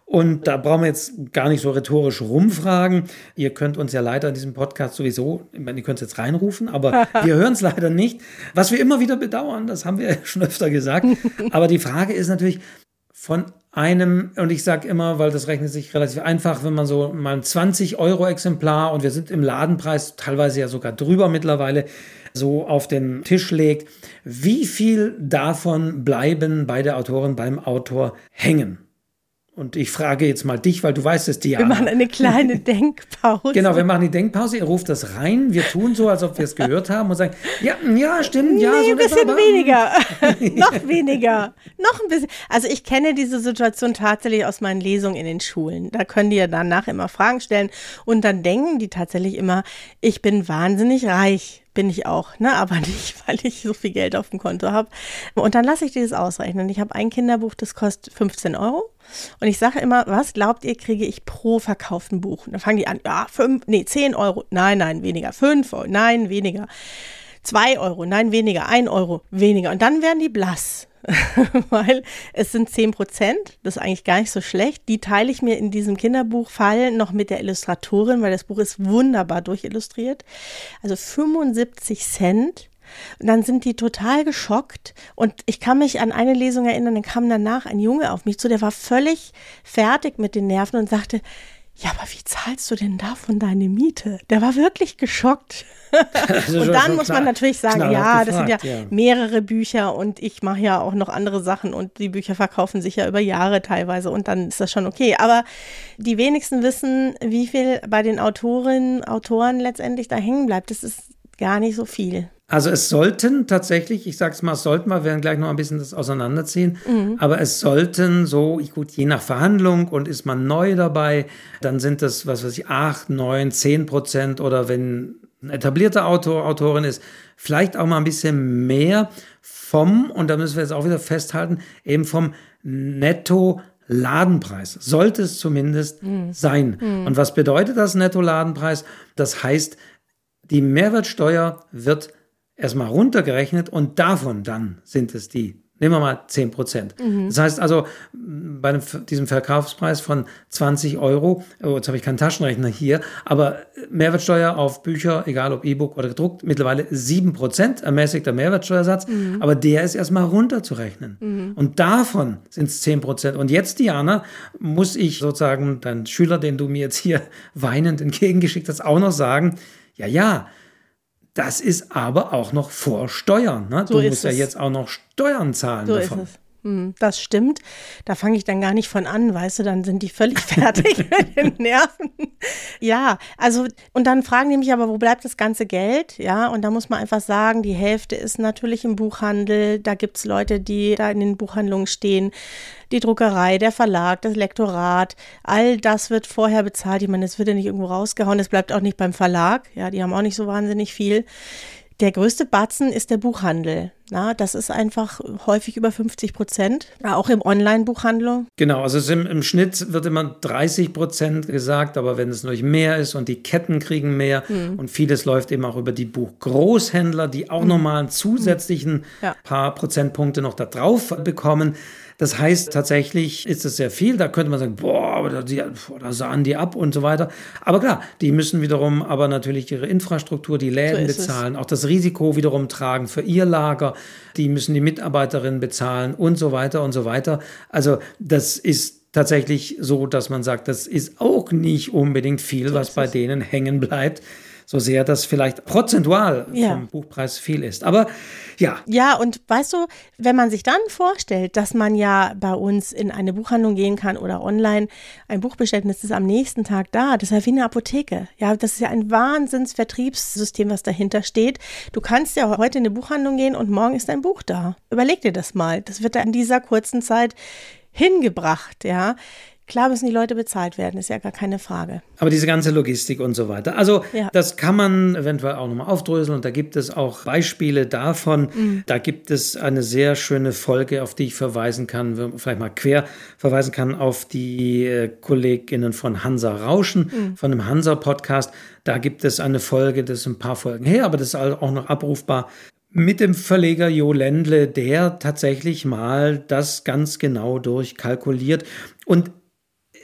Und da brauchen wir jetzt gar nicht so rhetorisch rumfragen. Ihr könnt uns ja leider in diesem Podcast sowieso, ich meine, ihr könnt es jetzt reinrufen, aber wir hören es leider nicht. Was wir immer wieder bedauern, das haben wir schon öfter gesagt. Aber die Frage ist natürlich von einem, und ich sage immer, weil das rechnet sich relativ einfach, wenn man so mal ein zwanzig Euro Exemplar, und wir sind im Ladenpreis teilweise ja sogar drüber mittlerweile, so auf den Tisch legt, wie viel davon bleiben bei der Autorin, beim Autor hängen? Und ich frage jetzt mal dich, weil du weißt es, Diana. Wir machen eine kleine Denkpause. Genau, wir machen die Denkpause. Ihr ruft das rein. Wir tun so, als ob wir es gehört haben und sagen, ja, ja, stimmt, ja. Nee, so ein bisschen aber, weniger. Noch weniger. Noch ein bisschen. Also ich kenne diese Situation tatsächlich aus meinen Lesungen in den Schulen. Da können die ja danach immer Fragen stellen. Und dann denken die tatsächlich immer, ich bin wahnsinnig reich. Bin ich auch, ne? Aber nicht, weil ich so viel Geld auf dem Konto habe. Und dann lasse ich dir das ausrechnen. Ich habe ein Kinderbuch, das kostet fünfzehn Euro. Und ich sage immer, was glaubt ihr, kriege ich pro verkauften Buch? Und dann fangen die an, ja, fünf, nee, zehn Euro. Nein, nein, weniger. fünf Euro. Nein, weniger. zwei Euro. Nein, weniger. ein Euro. Weniger. Und dann werden die blass. Weil es sind zehn Prozent, das ist eigentlich gar nicht so schlecht. Die teile ich mir in diesem Kinderbuchfall noch mit der Illustratorin, weil das Buch ist wunderbar durchillustriert. Also fünfundsiebzig Cent. Und dann sind die total geschockt. Und ich kann mich an eine Lesung erinnern, dann kam danach ein Junge auf mich zu, der war völlig fertig mit den Nerven und sagte, ja, aber wie zahlst du denn davon deine Miete? Der war wirklich geschockt. Also und dann muss man klar, natürlich sagen, ja, gefragt, das sind ja, ja mehrere Bücher und ich mache ja auch noch andere Sachen und die Bücher verkaufen sich ja über Jahre teilweise und dann ist das schon okay. Aber die wenigsten wissen, wie viel bei den Autorinnen, Autoren letztendlich da hängen bleibt. Das ist gar nicht so viel. Also es sollten tatsächlich, ich sag's mal, es sollten, wir werden gleich noch ein bisschen das auseinanderziehen, mhm. aber es sollten so, gut, je nach Verhandlung und ist man neu dabei, dann sind das, was weiß ich, acht, neun, zehn Prozent oder wenn ein etablierter Autor, Autorin ist, vielleicht auch mal ein bisschen mehr vom, und da müssen wir jetzt auch wieder festhalten, eben vom Netto-Ladenpreis. Sollte es zumindest mhm. sein. Mhm. Und was bedeutet das Netto-Ladenpreis? Das heißt, die Mehrwertsteuer wird erstmal runtergerechnet und davon dann sind es die, nehmen wir mal zehn Prozent. Mhm. Das heißt also, bei dem, diesem Verkaufspreis von zwanzig Euro, oh, jetzt habe ich keinen Taschenrechner hier, aber Mehrwertsteuer auf Bücher, egal ob E-Book oder gedruckt, mittlerweile sieben Prozent ermäßigter Mehrwertsteuersatz, mhm. aber der ist erstmal runterzurechnen. Mhm. Und davon sind es zehn Prozent. Und jetzt, Diana, muss ich sozusagen deinen Schüler, den du mir jetzt hier weinend entgegengeschickt hast, auch noch sagen, ja, ja, das ist aber auch noch vor Steuern. Ne? So du musst ja es. jetzt auch noch Steuern zahlen so davon. Ist es. Hm, das stimmt. Da fange ich dann gar nicht von an, weißt du, dann sind die völlig fertig mit den Nerven. Ja, also und dann fragen die mich aber, wo bleibt das ganze Geld? Ja, und da muss man einfach sagen, die Hälfte ist natürlich im Buchhandel. Da gibt es Leute, die da in den Buchhandlungen stehen. Die Druckerei, der Verlag, das Lektorat, all das wird vorher bezahlt. Ich meine, das wird ja nicht irgendwo rausgehauen, das bleibt auch nicht beim Verlag. Ja, die haben auch nicht so wahnsinnig viel. Der größte Batzen ist der Buchhandel. Na, das ist einfach häufig über fünfzig Prozent, auch im Online-Buchhandel. Genau, also es im, im Schnitt wird immer dreißig Prozent gesagt, aber wenn es natürlich mehr ist und die Ketten kriegen mehr mhm. und vieles läuft eben auch über die Buchgroßhändler, die auch mhm. nochmal einen zusätzlichen ja. paar Prozentpunkte noch da drauf bekommen. Das heißt, tatsächlich ist es sehr viel. Da könnte man sagen, boah, aber die, da sahen die ab und so weiter. Aber klar, die müssen wiederum aber natürlich ihre Infrastruktur, die Läden so bezahlen, es. Auch das Risiko wiederum tragen für ihr Lager. Die müssen die Mitarbeiterinnen bezahlen und so weiter und so weiter. Also das ist tatsächlich so, dass man sagt, das ist auch nicht unbedingt viel, so was bei denen hängen bleibt. So sehr das vielleicht prozentual ja. vom Buchpreis viel ist. Aber ja. Ja, und weißt du, wenn man sich dann vorstellt, dass man ja bei uns in eine Buchhandlung gehen kann oder online ein Buch bestellt und es ist am nächsten Tag da, das ist ja wie eine Apotheke. Ja, das ist ja ein Wahnsinnsvertriebssystem, was dahinter steht. Du kannst ja heute in eine Buchhandlung gehen und morgen ist dein Buch da. Überleg dir das mal. Das wird da in dieser kurzen Zeit hingebracht, ja. Klar müssen die Leute bezahlt werden, ist ja gar keine Frage. Aber diese ganze Logistik und so weiter, also ja. das kann man eventuell auch nochmal aufdröseln und da gibt es auch Beispiele davon. Mhm. Da gibt es eine sehr schöne Folge, auf die ich verweisen kann, vielleicht mal quer verweisen kann auf die äh, KollegInnen von Hansa Rauschen, mhm. von dem Hansa-Podcast. Da gibt es eine Folge, das ist ein paar Folgen her, aber das ist auch noch abrufbar. Mit dem Verleger Jo Ländle, der tatsächlich mal das ganz genau durchkalkuliert. Und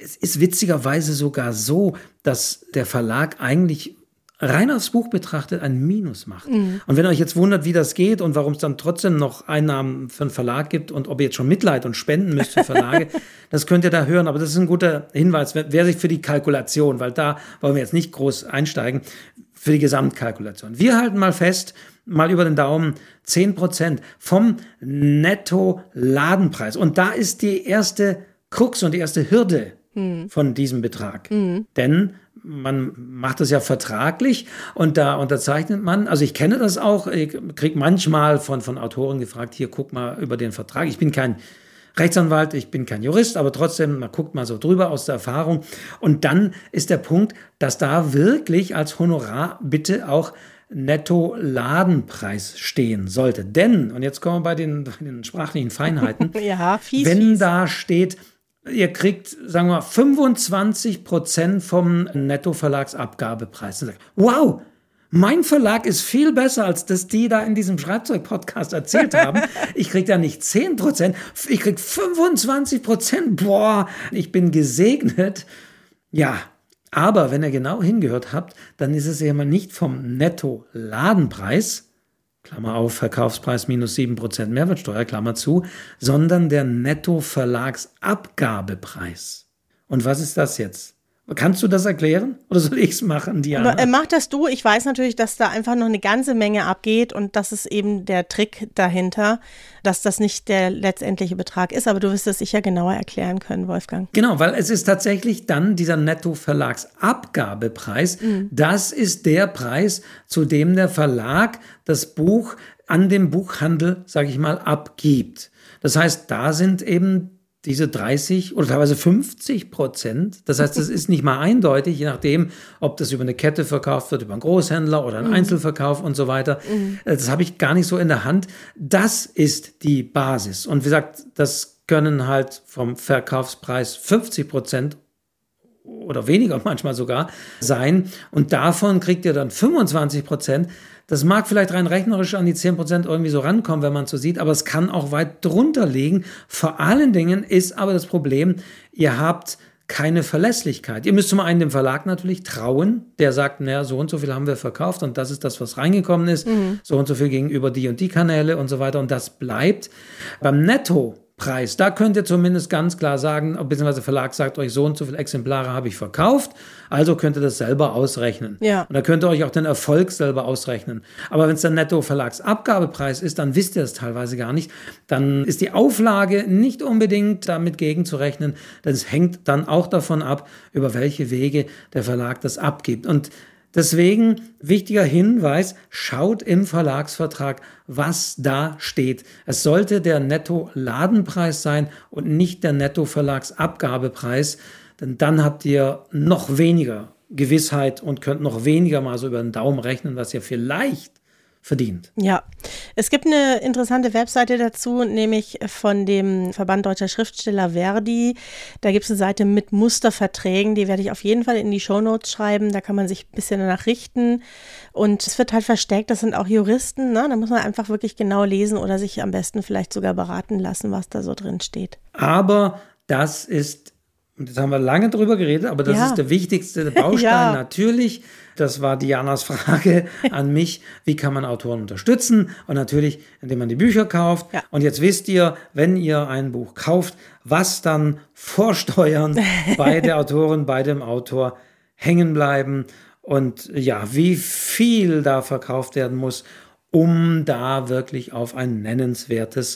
es ist witzigerweise sogar so, dass der Verlag eigentlich rein aufs Buch betrachtet ein Minus macht. Mhm. Und wenn ihr euch jetzt wundert, wie das geht und warum es dann trotzdem noch Einnahmen für einen Verlag gibt und ob ihr jetzt schon Mitleid und spenden müsst für Verlage, das könnt ihr da hören. Aber das ist ein guter Hinweis, wer sich für die Kalkulation, weil da wollen wir jetzt nicht groß einsteigen, für die Gesamtkalkulation. Wir halten mal fest, mal über den Daumen, zehn Prozent vom Netto-Ladenpreis. Und da ist die erste Krux und die erste Hürde hm. von diesem Betrag. Hm. Denn man macht das ja vertraglich und da unterzeichnet man, also ich kenne das auch, ich kriege manchmal von, von Autoren gefragt, hier guck mal über den Vertrag. Ich bin kein Rechtsanwalt, ich bin kein Jurist, aber trotzdem, man guckt mal so drüber aus der Erfahrung. Und dann ist der Punkt, dass da wirklich als Honorar bitte auch Netto-Ladenpreis stehen sollte. Denn, und jetzt kommen wir bei den, bei den sprachlichen Feinheiten, ja, fies, wenn fies. da steht, ihr kriegt, sagen wir mal, fünfundzwanzig Prozent vom Netto-Verlagsabgabepreis. Dann sagt, wow, mein Verlag ist viel besser, als das die da in diesem Schreibzeug-Podcast erzählt haben. Ich kriege da nicht zehn Prozent, ich kriege fünfundzwanzig Prozent. Boah, ich bin gesegnet. Ja, aber wenn ihr genau hingehört habt, dann ist es ja mal nicht vom Netto-Ladenpreis, Klammer auf, Verkaufspreis minus sieben Prozent Mehrwertsteuer, Klammer zu, sondern der Netto-Verlagsabgabepreis. Und was ist das jetzt? Kannst du das erklären? Oder soll ich es machen, Diana? Aber, äh, mach das du. Ich weiß natürlich, dass da einfach noch eine ganze Menge abgeht und das ist eben der Trick dahinter, dass das nicht der letztendliche Betrag ist. Aber du wirst es sicher genauer erklären können, Wolfgang. Genau, weil es ist tatsächlich dann dieser Netto-Verlagsabgabepreis. Mhm. Das ist der Preis, zu dem der Verlag das Buch an dem Buchhandel, sage ich mal, abgibt. Das heißt, da sind eben diese dreißig oder teilweise fünfzig Prozent. Das heißt, es ist nicht mal eindeutig, je nachdem, ob das über eine Kette verkauft wird, über einen Großhändler oder einen mhm. Einzelverkauf und so weiter. Mhm. Das habe ich gar nicht so in der Hand. Das ist die Basis. Und wie gesagt, das können halt vom Verkaufspreis fünfzig Prozent oder weniger manchmal sogar sein. Und davon kriegt ihr dann fünfundzwanzig Prozent. Das mag vielleicht rein rechnerisch an die zehn Prozent irgendwie so rankommen, wenn man es so sieht, aber es kann auch weit drunter liegen. Vor allen Dingen ist aber das Problem, ihr habt keine Verlässlichkeit. Ihr müsst zum einen dem Verlag natürlich trauen, der sagt, naja, so und so viel haben wir verkauft und das ist das, was reingekommen ist, mhm. so und so viel gegenüber die und die Kanäle und so weiter und das bleibt. Beim Netto Preis. Da könnt ihr zumindest ganz klar sagen, beziehungsweise der Verlag sagt euch, so und so viele Exemplare habe ich verkauft, also könnt ihr das selber ausrechnen. Ja. Und da könnt ihr euch auch den Erfolg selber ausrechnen. Aber wenn es der Netto-Verlagsabgabepreis ist, dann wisst ihr das teilweise gar nicht. Dann ist die Auflage nicht unbedingt damit gegenzurechnen, denn es hängt dann auch davon ab, über welche Wege der Verlag das abgibt. Und deswegen, wichtiger Hinweis, schaut im Verlagsvertrag, was da steht. Es sollte der Netto-Ladenpreis sein und nicht der Netto-Verlagsabgabepreis, denn dann habt ihr noch weniger Gewissheit und könnt noch weniger mal so über den Daumen rechnen, was ihr vielleicht verdient. Ja, es gibt eine interessante Webseite dazu, nämlich von dem Verband Deutscher Schriftsteller Verdi. Da gibt es eine Seite mit Musterverträgen, die werde ich auf jeden Fall in die Shownotes schreiben. Da kann man sich ein bisschen danach richten und es wird halt versteckt, das sind auch Juristen, ne? Da muss man einfach wirklich genau lesen oder sich am besten vielleicht sogar beraten lassen, was da so drin steht. Aber das ist, das haben wir lange drüber geredet, aber das ja. ist der wichtigste Baustein ja. natürlich. Das war Dianas Frage an mich, wie kann man Autoren unterstützen? Und natürlich, indem man die Bücher kauft. Ja. Und jetzt wisst ihr, wenn ihr ein Buch kauft, was dann vor Steuern bei der Autorin, bei dem Autor hängen bleiben und ja, wie viel da verkauft werden muss, um da wirklich auf ein nennenswertes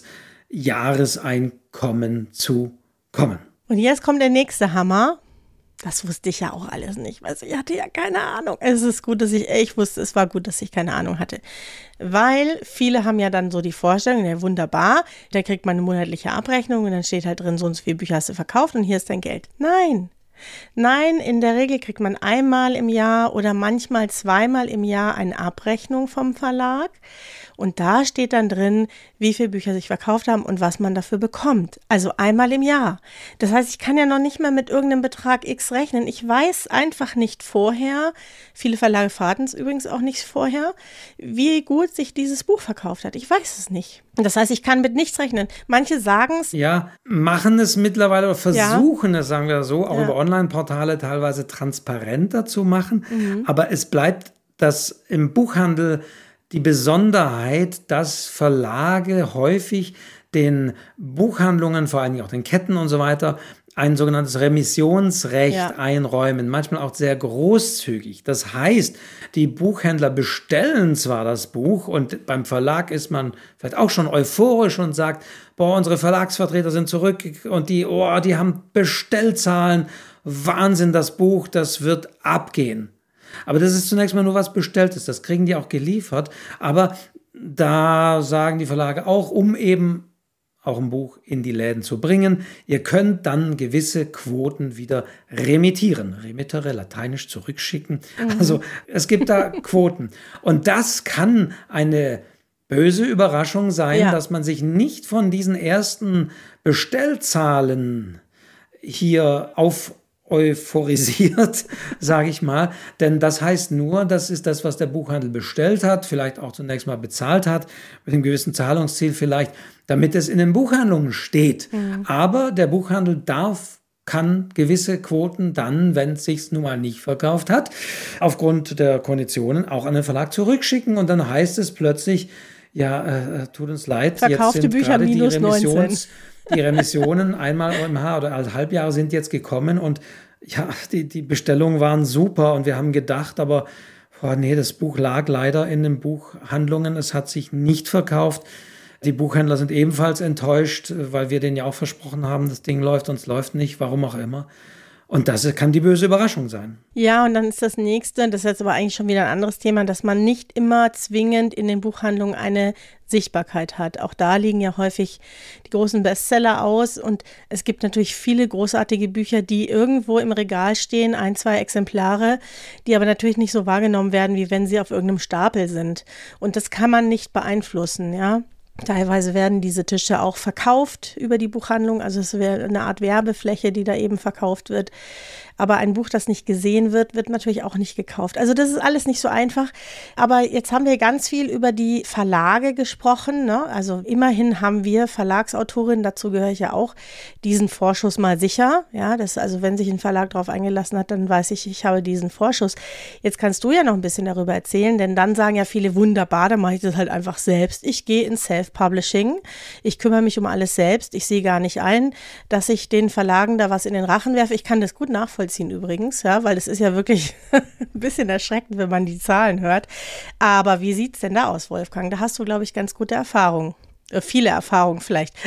Jahreseinkommen zu kommen. Und jetzt kommt der nächste Hammer. Das wusste ich ja auch alles nicht, weil ich hatte ja keine Ahnung. Es ist gut, dass ich, ich wusste, es war gut, dass ich keine Ahnung hatte. Weil viele haben ja dann so die Vorstellung, ja wunderbar, da kriegt man eine monatliche Abrechnung und dann steht halt drin, so und so viele Bücher hast du verkauft und hier ist dein Geld. Nein, nein, in der Regel kriegt man einmal im Jahr oder manchmal zweimal im Jahr eine Abrechnung vom Verlag. Und da steht dann drin, wie viele Bücher sich verkauft haben und was man dafür bekommt. Also einmal im Jahr. Das heißt, ich kann ja noch nicht mal mit irgendeinem Betrag X rechnen. Ich weiß einfach nicht vorher, viele Verlage verraten es übrigens auch nicht vorher, wie gut sich dieses Buch verkauft hat. Ich weiß es nicht. Das heißt, ich kann mit nichts rechnen. Manche sagen es. Ja, machen es mittlerweile oder versuchen ja. es, sagen wir so, auch ja. über Online-Portale teilweise transparenter zu machen. Mhm. Aber es bleibt das im Buchhandel die Besonderheit, dass Verlage häufig den Buchhandlungen, vor allem auch den Ketten und so weiter, ein sogenanntes Remissionsrecht ja. einräumen, manchmal auch sehr großzügig. Das heißt, die Buchhändler bestellen zwar das Buch und beim Verlag ist man vielleicht auch schon euphorisch und sagt, boah, unsere Verlagsvertreter sind zurück und die, oh, die haben Bestellzahlen, Wahnsinn, das Buch, das wird abgehen. Aber das ist zunächst mal nur was Bestelltes, das kriegen die auch geliefert, aber da sagen die Verlage auch, um eben auch ein Buch in die Läden zu bringen. Ihr könnt dann gewisse Quoten wieder remittieren. Remittere, lateinisch zurückschicken. Mhm. Also es gibt da Quoten. Und das kann eine böse Überraschung sein, ja. dass man sich nicht von diesen ersten Bestellzahlen hier auf euphorisiert, sage ich mal, denn das heißt nur, das ist das, was der Buchhandel bestellt hat, vielleicht auch zunächst mal bezahlt hat, mit einem gewissen Zahlungsziel vielleicht, damit es in den Buchhandlungen steht. Mhm. Aber der Buchhandel darf, kann gewisse Quoten dann, wenn es sich nun mal nicht verkauft hat, aufgrund der Konditionen auch an den Verlag zurückschicken und dann heißt es plötzlich, ja, äh, tut uns leid, verkaufte jetzt sind Bücher gerade die minus Remissions... neunzehn. Die Remissionen einmal im Jahr oder alle Halbjahre sind jetzt gekommen und ja, die, die Bestellungen waren super und wir haben gedacht, aber oh nee, das Buch lag leider in den Buchhandlungen, es hat sich nicht verkauft. Die Buchhändler sind ebenfalls enttäuscht, weil wir denen ja auch versprochen haben, das Ding läuft und es läuft nicht, warum auch immer. Und das kann die böse Überraschung sein. Ja, und dann ist das Nächste, das ist jetzt aber eigentlich schon wieder ein anderes Thema, dass man nicht immer zwingend in den Buchhandlungen eine Sichtbarkeit hat. Auch da liegen ja häufig die großen Bestseller aus und es gibt natürlich viele großartige Bücher, die irgendwo im Regal stehen, ein, zwei Exemplare, die aber natürlich nicht so wahrgenommen werden, wie wenn sie auf irgendeinem Stapel sind. Und das kann man nicht beeinflussen, ja. Teilweise werden diese Tische auch verkauft über die Buchhandlung, also es wäre eine Art Werbefläche, die da eben verkauft wird. Aber ein Buch, das nicht gesehen wird, wird natürlich auch nicht gekauft. Also das ist alles nicht so einfach. Aber jetzt haben wir ganz viel über die Verlage gesprochen, ne? Also immerhin haben wir Verlagsautorinnen, dazu gehöre ich ja auch, diesen Vorschuss mal sicher. Ja, das, also wenn sich ein Verlag darauf eingelassen hat, dann weiß ich, ich habe diesen Vorschuss. Jetzt kannst du ja noch ein bisschen darüber erzählen, denn dann sagen ja viele, wunderbar, dann mache ich das halt einfach selbst. Ich gehe ins Self-Publishing, ich kümmere mich um alles selbst. Ich sehe gar nicht ein, dass ich den Verlagen da was in den Rachen werfe. Ich kann das gut nachvollziehen. Übrigens, ja, weil es ist ja wirklich ein bisschen erschreckend, wenn man die Zahlen hört. Aber wie sieht es denn da aus, Wolfgang? Da hast du, glaube ich, ganz gute Erfahrungen. Äh, viele Erfahrungen vielleicht.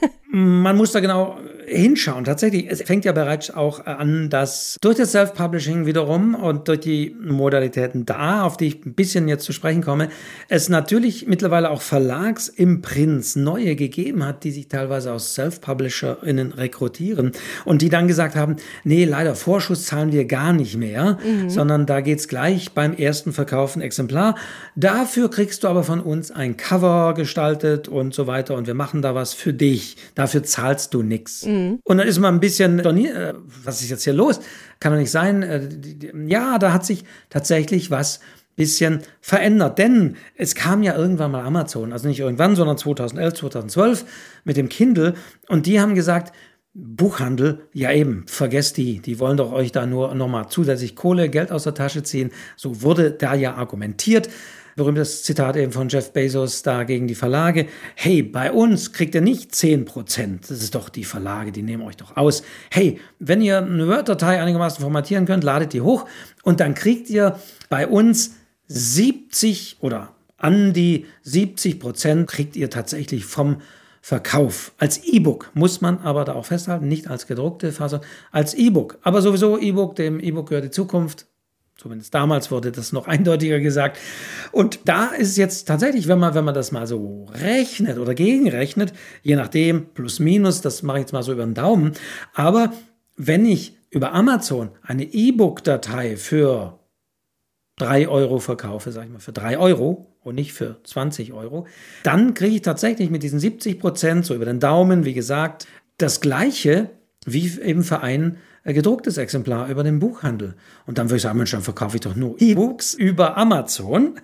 Man muss da genau hinschauen. Tatsächlich, es fängt ja bereits auch an, dass durch das Self-Publishing wiederum und durch die Modalitäten da, auf die ich ein bisschen jetzt zu sprechen komme, es natürlich mittlerweile auch Verlagsimprints neue gegeben hat, die sich teilweise aus Self-PublisherInnen rekrutieren und die dann gesagt haben, nee, leider Vorschuss zahlen wir gar nicht mehr, mhm. sondern da geht's gleich beim ersten verkauften Exemplar. Dafür kriegst du aber von uns ein Cover gestaltet und so weiter und wir machen da was für dich. Dafür zahlst du nichts. Mhm. Und dann ist man ein bisschen, äh, was ist jetzt hier los? Kann doch nicht sein. Äh, die, die, ja, da hat sich tatsächlich was bisschen verändert. Denn es kam ja irgendwann mal Amazon, also nicht irgendwann, sondern zweitausendelf, zweitausendzwölf mit dem Kindle. Und die haben gesagt, Buchhandel, ja eben, vergesst die. Die wollen doch euch da nur nochmal zusätzlich Kohle, Geld aus der Tasche ziehen. So wurde da ja argumentiert. Berühmtes Zitat eben von Jeff Bezos da gegen die Verlage. Hey, bei uns kriegt ihr nicht zehn Prozent. Das ist doch die Verlage, die nehmen euch doch aus. Hey, wenn ihr eine Word-Datei einigermaßen formatieren könnt, ladet die hoch und dann kriegt ihr bei uns siebzig oder an die siebzig Prozent kriegt ihr tatsächlich vom Verkauf. Als E-Book muss man aber da auch festhalten, nicht als gedruckte Fassung, als E-Book. Aber sowieso E-Book, dem E-Book gehört die Zukunft. Zumindest damals wurde das noch eindeutiger gesagt. Und da ist es jetzt tatsächlich, wenn man, wenn man das mal so rechnet oder gegenrechnet, je nachdem, plus minus, das mache ich jetzt mal so über den Daumen. Aber wenn ich über Amazon eine E-Book-Datei für drei Euro verkaufe, sage ich mal, für drei Euro und nicht für zwanzig Euro, dann kriege ich tatsächlich mit diesen siebzig Prozent, so über den Daumen, wie gesagt, das Gleiche wie eben für ein äh, gedrucktes Exemplar über den Buchhandel. Und dann würde ich sagen, Mensch, dann verkaufe ich doch nur E-Books über Amazon.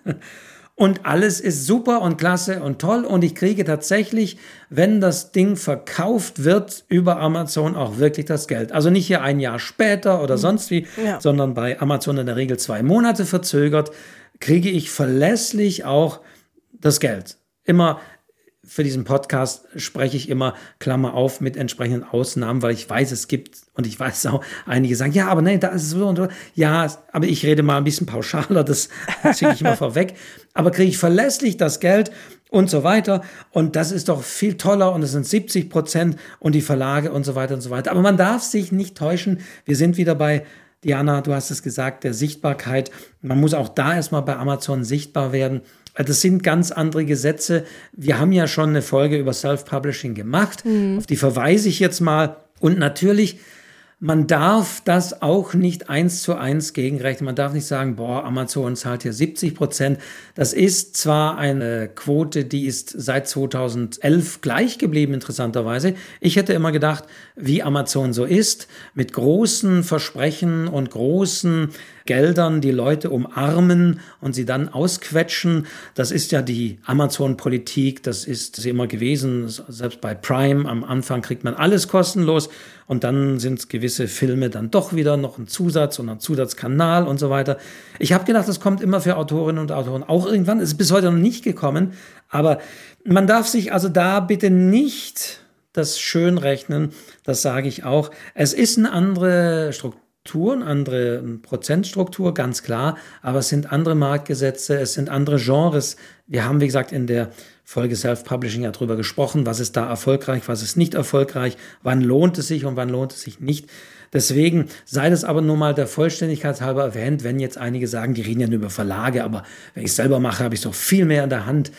Und alles ist super und klasse und toll. Und ich kriege tatsächlich, wenn das Ding verkauft wird, über Amazon auch wirklich das Geld. Also nicht hier ein Jahr später oder sonst wie, ja. sondern bei Amazon in der Regel zwei Monate verzögert, kriege ich verlässlich auch das Geld. Immer für diesen Podcast spreche ich immer, Klammer auf, mit entsprechenden Ausnahmen, weil ich weiß, es gibt, und ich weiß auch, einige sagen, ja, aber nein, da ist es so und so. Ja, aber ich rede mal ein bisschen pauschaler, das ziehe ich immer vorweg. Aber kriege ich verlässlich das Geld und so weiter. Und das ist doch viel toller und es sind siebzig Prozent und die Verlage und so weiter und so weiter. Aber man darf sich nicht täuschen. Wir sind wieder bei, Diana, du hast es gesagt, der Sichtbarkeit. Man muss auch da erstmal bei Amazon sichtbar werden. Das sind ganz andere Gesetze. Wir haben ja schon eine Folge über Self-Publishing gemacht. Mhm. Auf die verweise ich jetzt mal. Und natürlich, man darf das auch nicht eins zu eins gegenrechnen. Man darf nicht sagen, boah, Amazon zahlt hier siebzig Prozent. Das ist zwar eine Quote, die ist seit zweitausendelf gleich geblieben, interessanterweise. Ich hätte immer gedacht, wie Amazon so ist, mit großen Versprechen und großen Geldern die Leute umarmen und sie dann ausquetschen. Das ist ja die Amazon-Politik, das ist sie immer gewesen. Selbst bei Prime, am Anfang kriegt man alles kostenlos und dann sind gewisse Filme dann doch wieder noch ein Zusatz und ein Zusatzkanal und so weiter. Ich habe gedacht, das kommt immer für Autorinnen und Autoren auch irgendwann. Es ist bis heute noch nicht gekommen, aber man darf sich also da bitte nicht das schön rechnen, das sage ich auch. Es ist eine andere Struktur. Eine andere Prozentstruktur, ganz klar, aber es sind andere Marktgesetze, es sind andere Genres. Wir haben, wie gesagt, in der Folge Self-Publishing ja drüber gesprochen, was ist da erfolgreich, was ist nicht erfolgreich, wann lohnt es sich und wann lohnt es sich nicht. Deswegen sei das aber nur mal der Vollständigkeit halber erwähnt, wenn jetzt einige sagen, die reden ja nur über Verlage, aber wenn ich es selber mache, habe ich doch viel mehr in der Hand.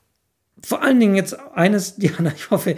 Vor allen Dingen jetzt eines, Diana, ich hoffe,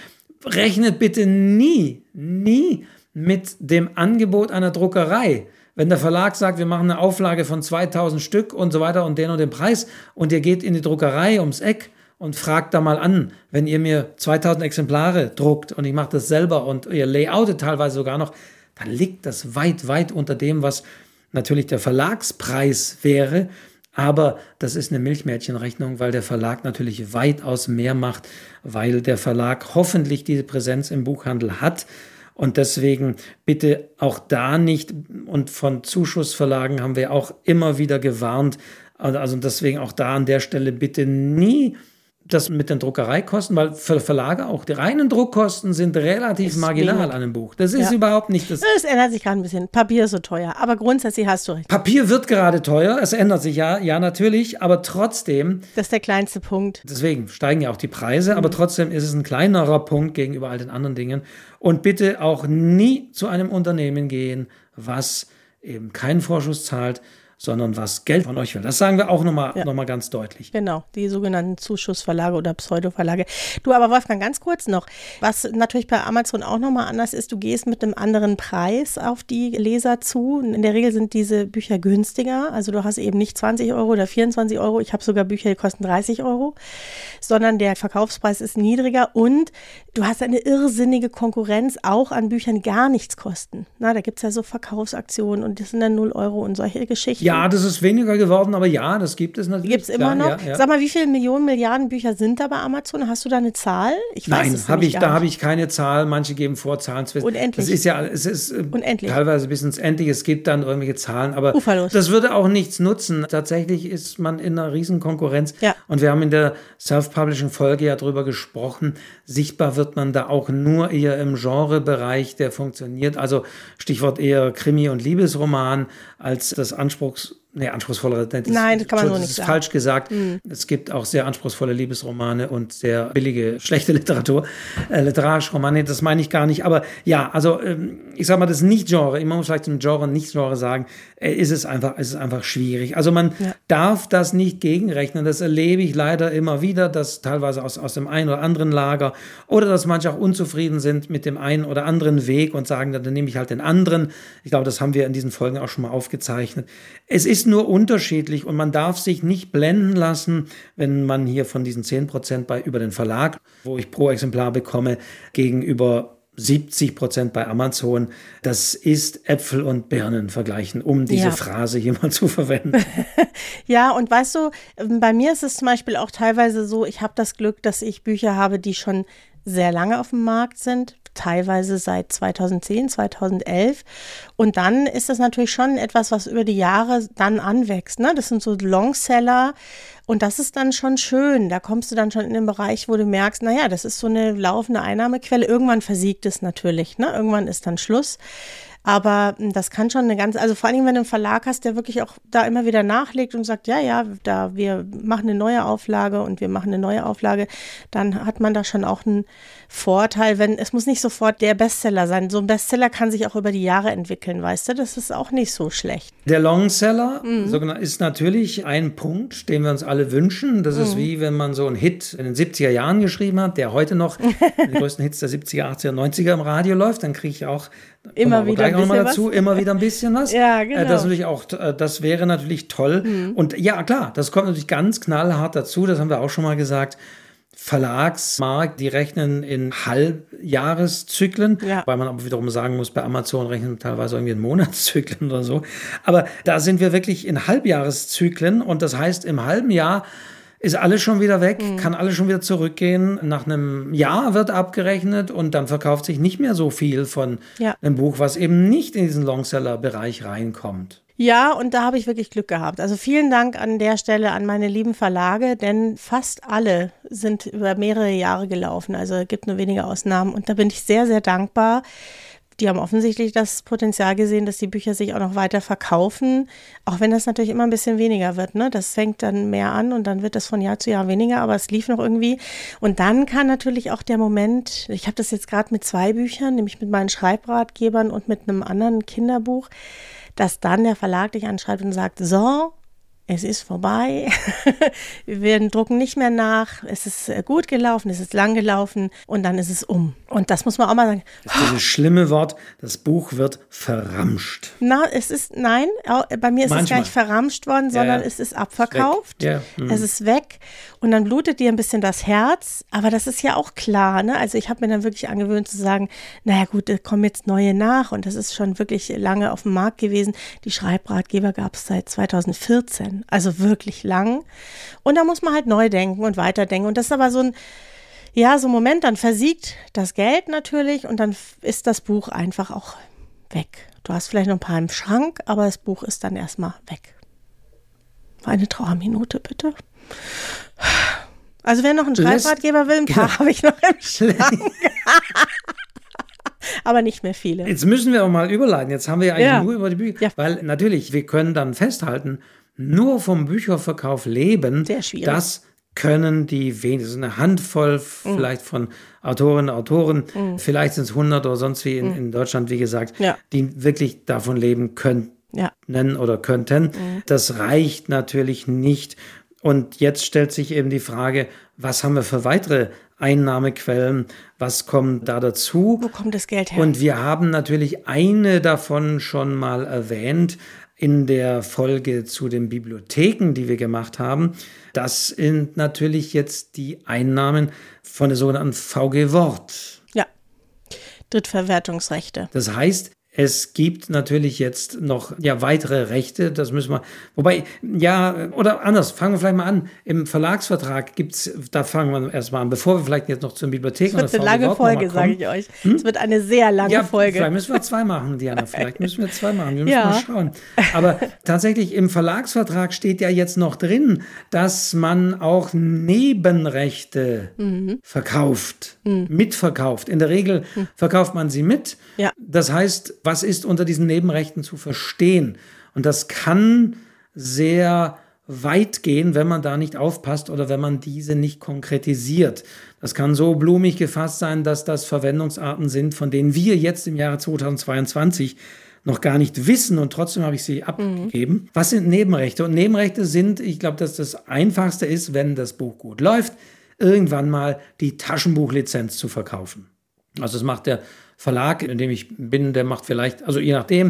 rechnet bitte nie, nie mit dem Angebot einer Druckerei. Wenn der Verlag sagt, wir machen eine Auflage von zweitausend Stück und so weiter und den und den Preis und ihr geht in die Druckerei ums Eck und fragt da mal an, wenn ihr mir zweitausend Exemplare druckt und ich mache das selber und ihr layoutet teilweise sogar noch, dann liegt das weit, weit unter dem, was natürlich der Verlagspreis wäre. Aber das ist eine Milchmädchenrechnung, weil der Verlag natürlich weitaus mehr macht, weil der Verlag hoffentlich diese Präsenz im Buchhandel hat. Und deswegen bitte auch da nicht, und von Zuschussverlagen haben wir auch immer wieder gewarnt, also deswegen auch da an der Stelle bitte nie das mit den Druckereikosten, weil für Verlage auch die reinen Druckkosten sind relativ marginal an einem Buch. Das ist ja überhaupt nicht das. Es ändert sich gerade ein bisschen. Papier ist so teuer, aber grundsätzlich hast du recht. Papier wird gerade teuer, es ändert sich ja, ja natürlich, aber trotzdem. Das ist der kleinste Punkt. Deswegen steigen ja auch die Preise, mhm. aber trotzdem ist es ein kleinerer Punkt gegenüber all den anderen Dingen. Und bitte auch nie zu einem Unternehmen gehen, was eben keinen Vorschuss zahlt, sondern was Geld von euch will. Das sagen wir auch nochmal ja. noch mal ganz deutlich. Genau, die sogenannten Zuschussverlage oder Pseudoverlage. Du, aber Wolfgang, ganz kurz noch, was natürlich bei Amazon auch nochmal anders ist, du gehst mit einem anderen Preis auf die Leser zu. In der Regel sind diese Bücher günstiger, also du hast eben nicht zwanzig Euro oder vierundzwanzig Euro, ich habe sogar Bücher, die kosten dreißig Euro, sondern der Verkaufspreis ist niedriger und du hast eine irrsinnige Konkurrenz auch an Büchern, die gar nichts kosten. Na, da gibt es ja so Verkaufsaktionen und das sind dann null Euro und solche Geschichten. Ja, das ist weniger geworden, aber ja, das gibt es natürlich. Gibt es immer noch? Ja, ja. Sag mal, wie viele Millionen, Milliarden Bücher sind da bei Amazon? Hast du da eine Zahl? Ich weiß Nein, es hab ich, gar da nicht. habe ich keine Zahl. Manche geben vor, Zahlen zu wissen. Unendlich. Das ist ja, es ist Unendlich. teilweise bis ins Endliche. Es gibt dann irgendwelche Zahlen, aber Uferlos. Das würde auch nichts nutzen. Tatsächlich ist man in einer riesen Konkurrenz. Ja. Und wir haben in der Self-Publishing-Folge ja drüber gesprochen. Sichtbar wird man da auch nur eher im Genrebereich, der funktioniert. Also Stichwort eher Krimi- und Liebesroman als das Anspruchs Nee, anspruchsvollere. Das Nein, das kann man so nicht sagen. Das ist sagen. falsch gesagt. Mhm. Es gibt auch sehr anspruchsvolle Liebesromane und sehr billige, schlechte Literatur. Äh, literarische Romane, das meine ich gar nicht. Aber ja, also ähm, ich sag mal, das Nicht-Genre, man muss vielleicht zum Genre und Nicht-Genre sagen, äh, ist es einfach, ist es einfach schwierig. Also man ja. darf das nicht gegenrechnen. Das erlebe ich leider immer wieder, dass teilweise aus, aus dem einen oder anderen Lager oder dass manche auch unzufrieden sind mit dem einen oder anderen Weg und sagen, dann nehme ich halt den anderen. Ich glaube, das haben wir in diesen Folgen auch schon mal aufgezeichnet. Es ist ist nur unterschiedlich und man darf sich nicht blenden lassen, wenn man hier von diesen zehn Prozent bei über den Verlag, wo ich pro Exemplar bekomme, gegenüber siebzig Prozent bei Amazon. Das ist Äpfel und Birnen vergleichen, um diese ja. Phrase hier mal zu verwenden. Ja, und weißt du, bei mir ist es zum Beispiel auch teilweise so, ich habe das Glück, dass ich Bücher habe, die schon sehr lange auf dem Markt sind, teilweise seit zweitausendzehn, zweitausendelf. Und dann ist das natürlich schon etwas, was über die Jahre dann anwächst. Ne? Das sind so Longseller und das ist dann schon schön. Da kommst du dann schon in den Bereich, wo du merkst, naja, das ist so eine laufende Einnahmequelle. Irgendwann versiegt es natürlich. Ne? Irgendwann ist dann Schluss. Aber das kann schon eine ganz, also vor allem, wenn du einen Verlag hast, der wirklich auch da immer wieder nachlegt und sagt, ja, ja, da wir machen eine neue Auflage und wir machen eine neue Auflage, dann hat man da schon auch einen Vorteil, wenn, es muss nicht sofort der Bestseller sein. So ein Bestseller kann sich auch über die Jahre entwickeln, weißt du, das ist auch nicht so schlecht. Der Longseller mhm. ist natürlich ein Punkt, den wir uns alle wünschen. Das mhm. ist wie, wenn man so einen Hit in den siebziger Jahren geschrieben hat, der heute noch die größten Hits der siebziger, achtziger, neunziger im Radio läuft, dann kriege ich auch immer wieder ein bisschen dazu, was. immer wieder ein bisschen was. Ja, genau. Das, natürlich auch, das wäre natürlich toll. Mhm. Und ja, klar, das kommt natürlich ganz knallhart dazu, das haben wir auch schon mal gesagt. Verlagsmarkt, die rechnen in Halbjahreszyklen, ja. weil man aber wiederum sagen muss, bei Amazon rechnen teilweise irgendwie in Monatszyklen oder so. Aber da sind wir wirklich in Halbjahreszyklen und das heißt, im halben Jahr ist alles schon wieder weg, mhm. kann alles schon wieder zurückgehen. Nach einem Jahr wird abgerechnet und dann verkauft sich nicht mehr so viel von ja. einem Buch, was eben nicht in diesen Longseller-Bereich reinkommt. Ja, und da habe ich wirklich Glück gehabt. Also vielen Dank an der Stelle an meine lieben Verlage, denn fast alle sind über mehrere Jahre gelaufen. Also es gibt nur wenige Ausnahmen und da bin ich sehr, sehr dankbar. Die haben offensichtlich das Potenzial gesehen, dass die Bücher sich auch noch weiter verkaufen, auch wenn das natürlich immer ein bisschen weniger wird. Ne? Das fängt dann mehr an und dann wird das von Jahr zu Jahr weniger, aber es lief noch irgendwie. Und dann kann natürlich auch der Moment, ich habe das jetzt gerade mit zwei Büchern, nämlich mit meinen Schreibratgebern und mit einem anderen Kinderbuch, dass dann der Verlag dich anschreibt und sagt, so, es ist vorbei, wir drucken nicht mehr nach, es ist gut gelaufen, es ist lang gelaufen und dann ist es um. Und das muss man auch mal sagen. Das ist dieses schlimme Wort, das Buch wird verramscht. Na, es ist, nein, bei mir ist Manchmal. es gar nicht verramscht worden, sondern ja, ja. es ist abverkauft, ist ja. mhm. es ist weg und dann blutet dir ein bisschen das Herz, aber das ist ja auch klar, ne? Also ich habe mir dann wirklich angewöhnt zu sagen, naja gut, da kommen jetzt neue nach und das ist schon wirklich lange auf dem Markt gewesen. Die Schreibratgeber gab es seit zweitausendvierzehn. Also wirklich lang. Und da muss man halt neu denken und weiterdenken. Und das ist aber so ein, ja, so ein Moment, dann versiegt das Geld natürlich und dann ist das Buch einfach auch weg. Du hast vielleicht noch ein paar im Schrank, aber das Buch ist dann erstmal weg. Eine Trauerminute, bitte. Also wer noch einen Schreibratgeber will, ein paar ja. habe ich noch im Schrank. Aber nicht mehr viele. Jetzt müssen wir auch mal überleiten. Jetzt haben wir ja eigentlich ja. nur über die Bücher. Ja. Weil natürlich, wir können dann festhalten, nur vom Bücherverkauf leben, sehr schwierig. Das können die wenigsten. Eine Handvoll mhm. vielleicht von Autorinnen und Autoren, mhm. vielleicht sind es hundert oder sonst wie in, mhm. in Deutschland, wie gesagt, ja. die wirklich davon leben können ja. oder könnten. Mhm. Das reicht natürlich nicht. Und jetzt stellt sich eben die Frage, was haben wir für weitere Einnahmequellen, was kommt da dazu? Wo kommt das Geld her? Und wir haben natürlich eine davon schon mal erwähnt in der Folge zu den Bibliotheken, die wir gemacht haben. Das sind natürlich jetzt die Einnahmen von der sogenannten V G Wort. Ja, Drittverwertungsrechte. Das heißt, es gibt natürlich jetzt noch ja, weitere Rechte, das müssen wir, wobei, ja, oder anders, fangen wir vielleicht mal an. Im Verlagsvertrag gibt's, da fangen wir erstmal an, bevor wir vielleicht jetzt noch zur Bibliothek oder V G Wort. Es wird eine lange Folge, sage ich euch. Hm? Es wird eine sehr lange ja, Folge. Vielleicht müssen wir zwei machen, Diana, vielleicht müssen wir zwei machen, wir müssen ja. mal schauen. Aber tatsächlich im Verlagsvertrag steht ja jetzt noch drin, dass man auch Nebenrechte mhm. verkauft, mhm. mitverkauft. In der Regel mhm. verkauft man sie mit. Ja. Das heißt, was ist unter diesen Nebenrechten zu verstehen? Und das kann sehr weit gehen, wenn man da nicht aufpasst oder wenn man diese nicht konkretisiert. Das kann so blumig gefasst sein, dass das Verwendungsarten sind, von denen wir jetzt im Jahre zweitausendzweiundzwanzig noch gar nicht wissen und trotzdem habe ich sie abgegeben. Mhm. Was sind Nebenrechte? Und Nebenrechte sind, ich glaube, dass das Einfachste ist, wenn das Buch gut läuft, irgendwann mal die Taschenbuchlizenz zu verkaufen. Also das macht der Verlag, in dem ich bin, der macht vielleicht, also je nachdem,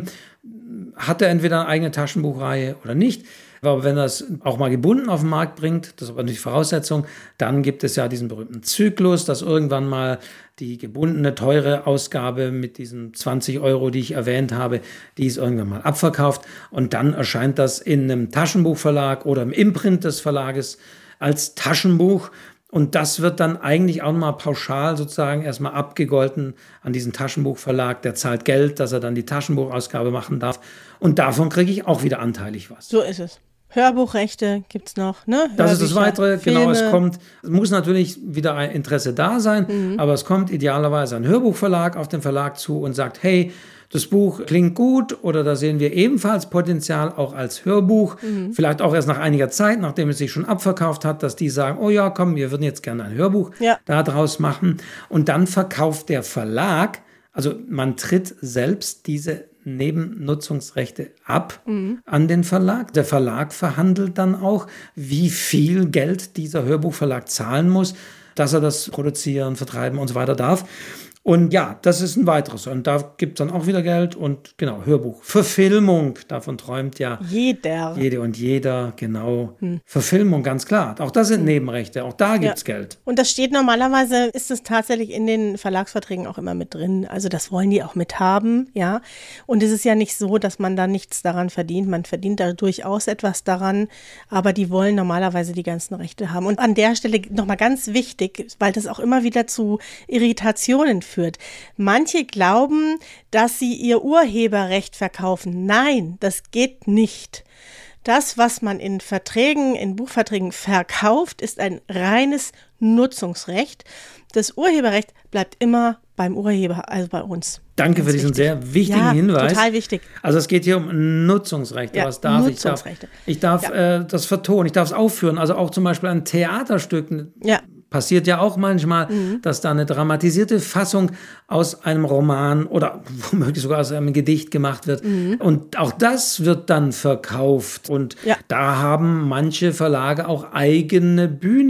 hat er entweder eine eigene Taschenbuchreihe oder nicht. Aber wenn er es auch mal gebunden auf den Markt bringt, das ist aber nicht die Voraussetzung, dann gibt es ja diesen berühmten Zyklus, dass irgendwann mal die gebundene, teure Ausgabe mit diesen zwanzig Euro, die ich erwähnt habe, die ist irgendwann mal abverkauft. Und dann erscheint das in einem Taschenbuchverlag oder im Imprint des Verlages als Taschenbuch. Und das wird dann eigentlich auch mal pauschal sozusagen erstmal abgegolten an diesen Taschenbuchverlag. Der zahlt Geld, dass er dann die Taschenbuchausgabe machen darf. Und davon kriege ich auch wieder anteilig was. So ist es. Hörbuchrechte gibt es noch, ne? Das ist das Weitere, Filme. Genau, es kommt, es muss natürlich wieder ein Interesse da sein, mhm. aber es kommt idealerweise ein Hörbuchverlag auf den Verlag zu und sagt, hey, das Buch klingt gut oder da sehen wir ebenfalls Potenzial auch als Hörbuch, mhm. vielleicht auch erst nach einiger Zeit, nachdem es sich schon abverkauft hat, dass die sagen, oh ja, komm, wir würden jetzt gerne ein Hörbuch ja. daraus machen und dann verkauft der Verlag, also man tritt selbst diese Nebennutzungsrechte ab mhm. an den Verlag. Der Verlag verhandelt dann auch, wie viel Geld dieser Hörbuchverlag zahlen muss, dass er das produzieren, vertreiben und so weiter darf. Und ja, das ist ein weiteres. Und da gibt es dann auch wieder Geld und genau, Hörbuch. Verfilmung, davon träumt ja jeder. Jede und jeder, genau. Hm. Verfilmung, ganz klar. Auch das sind hm. Nebenrechte, auch da gibt es ja. Geld. Und das steht normalerweise, ist es tatsächlich in den Verlagsverträgen auch immer mit drin. Also das wollen die auch mit haben, ja. Und es ist ja nicht so, dass man da nichts daran verdient. Man verdient da durchaus etwas daran, aber die wollen normalerweise die ganzen Rechte haben. Und an der Stelle nochmal ganz wichtig, weil das auch immer wieder zu Irritationen führt. Führt. Manche glauben, dass sie ihr Urheberrecht verkaufen. Nein, das geht nicht. Das, was man in Verträgen, in Buchverträgen verkauft, ist ein reines Nutzungsrecht. Das Urheberrecht bleibt immer beim Urheber, also bei uns. Danke Ganz für diesen wichtig. sehr wichtigen ja, Hinweis. Total wichtig. Also es geht hier um Nutzungsrechte. Ja, Was darf Nutzungsrechte. ich? Darf, ich darf ja. äh, das vertonen, ich darf es aufführen. Also auch zum Beispiel ein Theaterstück. Ja. Passiert ja auch manchmal, mhm. dass da eine dramatisierte Fassung aus einem Roman oder womöglich sogar aus einem Gedicht gemacht wird. Mhm. Und auch das wird dann verkauft. Und ja. da haben manche Verlage auch eigene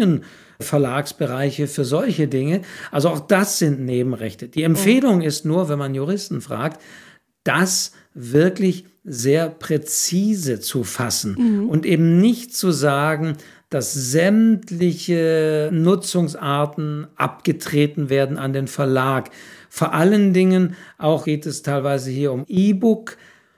Bühnenverlagsbereiche für solche Dinge. Also auch das sind Nebenrechte. Die Empfehlung mhm. ist nur, wenn man Juristen fragt, das wirklich sehr präzise zu fassen mhm. und eben nicht zu sagen, dass sämtliche Nutzungsarten abgetreten werden an den Verlag. Vor allen Dingen auch geht es teilweise hier um E-Book,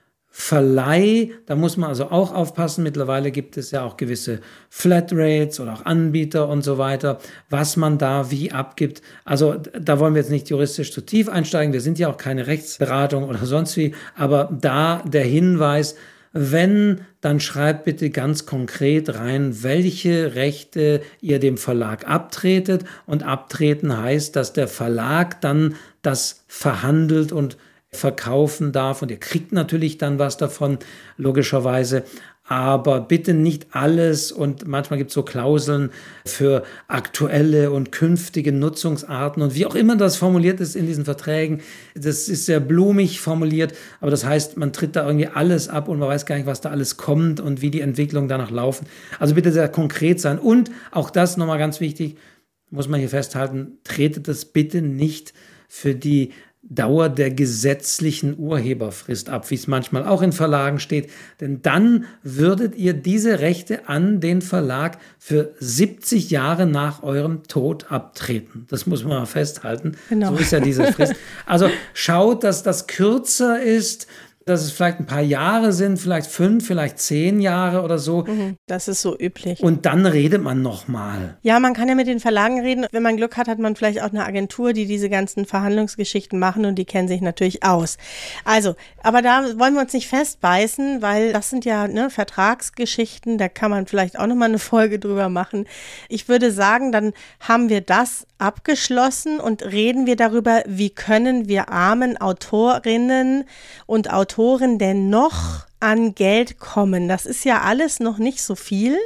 Verleih, da muss man also auch aufpassen. Mittlerweile gibt es ja auch gewisse Flatrates oder auch Anbieter und so weiter, was man da wie abgibt. Also da wollen wir jetzt nicht juristisch zu tief einsteigen. Wir sind ja auch keine Rechtsberatung oder sonst wie, aber da der Hinweis, wenn, dann schreibt bitte ganz konkret rein, welche Rechte ihr dem Verlag abtretet. Und abtreten heißt, dass der Verlag dann das verhandelt und verkaufen darf. Und ihr kriegt natürlich dann was davon, logischerweise. Aber bitte nicht alles, und manchmal gibt es so Klauseln für aktuelle und künftige Nutzungsarten und wie auch immer das formuliert ist in diesen Verträgen. Das ist sehr blumig formuliert, aber das heißt, man tritt da irgendwie alles ab und man weiß gar nicht, was da alles kommt und wie die Entwicklungen danach laufen. Also bitte sehr konkret sein. Und auch das nochmal ganz wichtig, muss man hier festhalten, tretet das bitte nicht für die Dauer der gesetzlichen Urheberfrist ab, wie es manchmal auch in Verlagen steht. Denn dann würdet ihr diese Rechte an den Verlag für siebzig Jahre nach eurem Tod abtreten. Das muss man mal festhalten. Genau. So ist ja diese Frist. Also schaut, dass das kürzer ist, dass es vielleicht ein paar Jahre sind, vielleicht fünf, vielleicht zehn Jahre oder so. Das ist so üblich. Und dann redet man nochmal. Ja, man kann ja mit den Verlagen reden. Wenn man Glück hat, hat man vielleicht auch eine Agentur, die diese ganzen Verhandlungsgeschichten machen und die kennen sich natürlich aus. Also, aber da wollen wir uns nicht festbeißen, weil das sind ja ne, Vertragsgeschichten, da kann man vielleicht auch nochmal eine Folge drüber machen. Ich würde sagen, dann haben wir das abgeschlossen und reden wir darüber, wie können wir armen Autorinnen und Autoren denn noch an Geld kommen. Das ist ja alles noch nicht so viel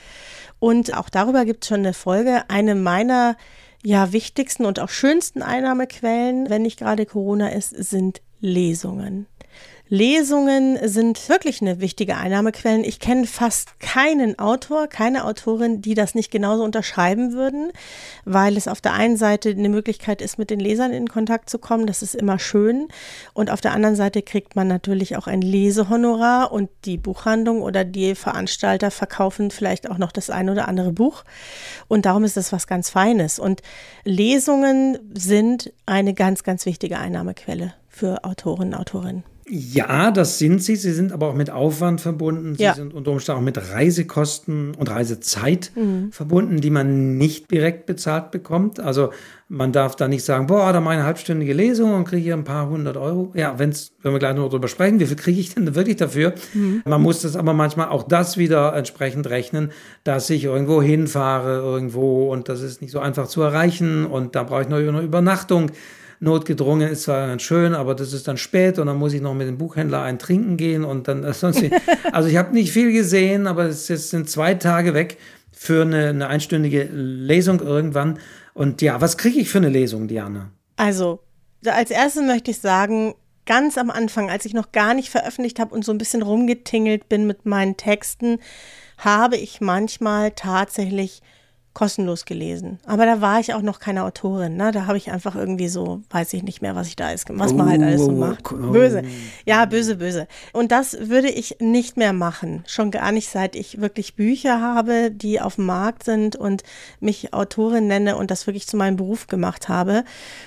und auch darüber gibt es schon eine Folge. Eine meiner ja wichtigsten und auch schönsten Einnahmequellen, wenn nicht gerade Corona ist, sind Lesungen. Lesungen sind wirklich eine wichtige Einnahmequelle. Ich kenne fast keinen Autor, keine Autorin, die das nicht genauso unterschreiben würden, weil es auf der einen Seite eine Möglichkeit ist, mit den Lesern in Kontakt zu kommen. Das ist immer schön. Und auf der anderen Seite kriegt man natürlich auch ein Lesehonorar und die Buchhandlung oder die Veranstalter verkaufen vielleicht auch noch das ein oder andere Buch. Und darum ist das was ganz Feines. Und Lesungen sind eine ganz, ganz wichtige Einnahmequelle für Autorinnen und Autorinnen. Ja, das sind sie. Sie sind aber auch mit Aufwand verbunden. Sie ja. sind unter Umständen auch mit Reisekosten und Reisezeit mhm. verbunden, die man nicht direkt bezahlt bekommt. Also man darf da nicht sagen, boah, da meine halbstündige Lesung und kriege hier ein paar hundert Euro. Ja, wenn's, wenn wir gleich noch drüber sprechen, wie viel kriege ich denn wirklich dafür? Mhm. Man muss das aber manchmal auch das wieder entsprechend rechnen, dass ich irgendwo hinfahre irgendwo und das ist nicht so einfach zu erreichen und da brauche ich noch eine Übernachtung. Notgedrungen ist zwar ganz schön, aber das ist dann spät und dann muss ich noch mit dem Buchhändler ein Trinken gehen und dann sonst also ich habe nicht viel gesehen, aber es sind zwei Tage weg für eine, eine einstündige Lesung irgendwann. Und ja, was kriege ich für eine Lesung, Diana? Also, als erstes möchte ich sagen, ganz am Anfang, als ich noch gar nicht veröffentlicht habe und so ein bisschen rumgetingelt bin mit meinen Texten, habe ich manchmal tatsächlich kostenlos gelesen. Aber da war ich auch noch keine Autorin. Ne? Da habe ich einfach irgendwie so, weiß ich nicht mehr, was ich da alles, was man halt alles so macht. Oh. Böse. Ja, böse, böse. Und das würde ich nicht mehr machen. Schon gar nicht, seit ich wirklich Bücher habe, die auf dem Markt sind und mich Autorin nenne und das wirklich zu meinem Beruf gemacht habe.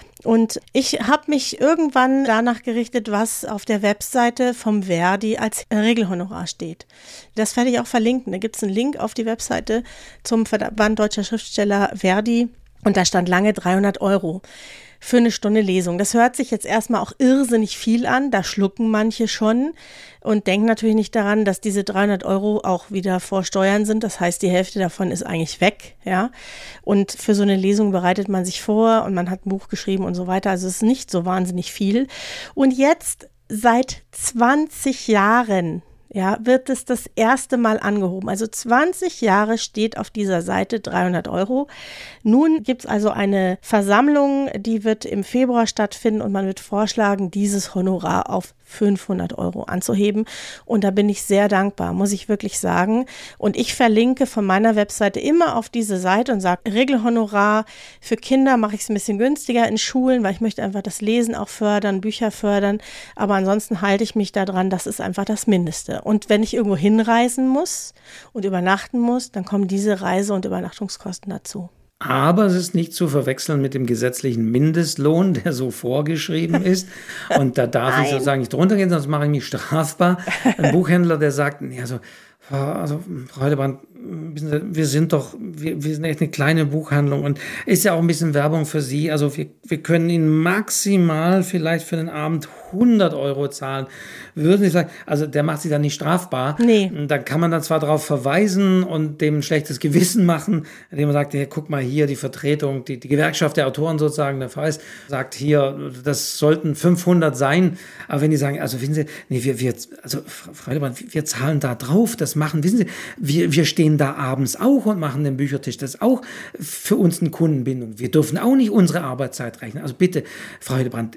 Und ich habe mich irgendwann danach gerichtet, was auf der Webseite vom Verdi als Regelhonorar steht. Das werde ich auch verlinken. Da gibt es einen Link auf die Webseite zum Verband Deutscher Schriftsteller Verdi und da stand lange dreihundert Euro für eine Stunde Lesung. Das hört sich jetzt erstmal auch irrsinnig viel an, da schlucken manche schon und denken natürlich nicht daran, dass diese dreihundert Euro auch wieder vor Steuern sind. Das heißt, die Hälfte davon ist eigentlich weg, ja. Und für so eine Lesung bereitet man sich vor und man hat ein Buch geschrieben und so weiter. Also es ist nicht so wahnsinnig viel. Und jetzt seit zwanzig Jahren ja, wird es das erste Mal angehoben. Also zwanzig Jahre steht auf dieser Seite dreihundert Euro. Nun gibt es also eine Versammlung, die wird im Februar stattfinden und man wird vorschlagen, dieses Honorar auf fünfhundert Euro anzuheben. Und da bin ich sehr dankbar, muss ich wirklich sagen. Und ich verlinke von meiner Webseite immer auf diese Seite und sage, Regelhonorar für Kinder mache ich es ein bisschen günstiger in Schulen, weil ich möchte einfach das Lesen auch fördern, Bücher fördern. Aber ansonsten halte ich mich daran, das ist einfach das Mindeste. Und wenn ich irgendwo hinreisen muss und übernachten muss, dann kommen diese Reise- und Übernachtungskosten dazu. Aber es ist nicht zu verwechseln mit dem gesetzlichen Mindestlohn, der so vorgeschrieben ist. Und da darf Nein. ich sozusagen nicht drunter gehen, sonst mache ich mich strafbar. Ein Buchhändler, der sagt, nee, also, also Frau Heidebrand, wir sind doch, wir, wir sind echt eine kleine Buchhandlung und ist ja auch ein bisschen Werbung für Sie. Also wir, wir können Ihnen maximal vielleicht für den Abend hundert Euro zahlen. Würden Sie sagen, also der macht Sie dann nicht strafbar. Nee. Da kann man dann zwar darauf verweisen und dem ein schlechtes Gewissen machen, indem man sagt, hey, guck mal hier, die Vertretung, die, die Gewerkschaft der Autoren sozusagen, der V S, sagt hier, das sollten fünfhundert sein. Aber wenn die sagen, also wissen Sie, nee, wir, wir, also Frau Heidebrand, wir zahlen da drauf, das machen, wissen Sie, wir, wir stehen da abends auch und machen den Büchertisch. Das ist auch für uns eine Kundenbindung. Wir dürfen auch nicht unsere Arbeitszeit rechnen. Also bitte, Frau Heidebrand,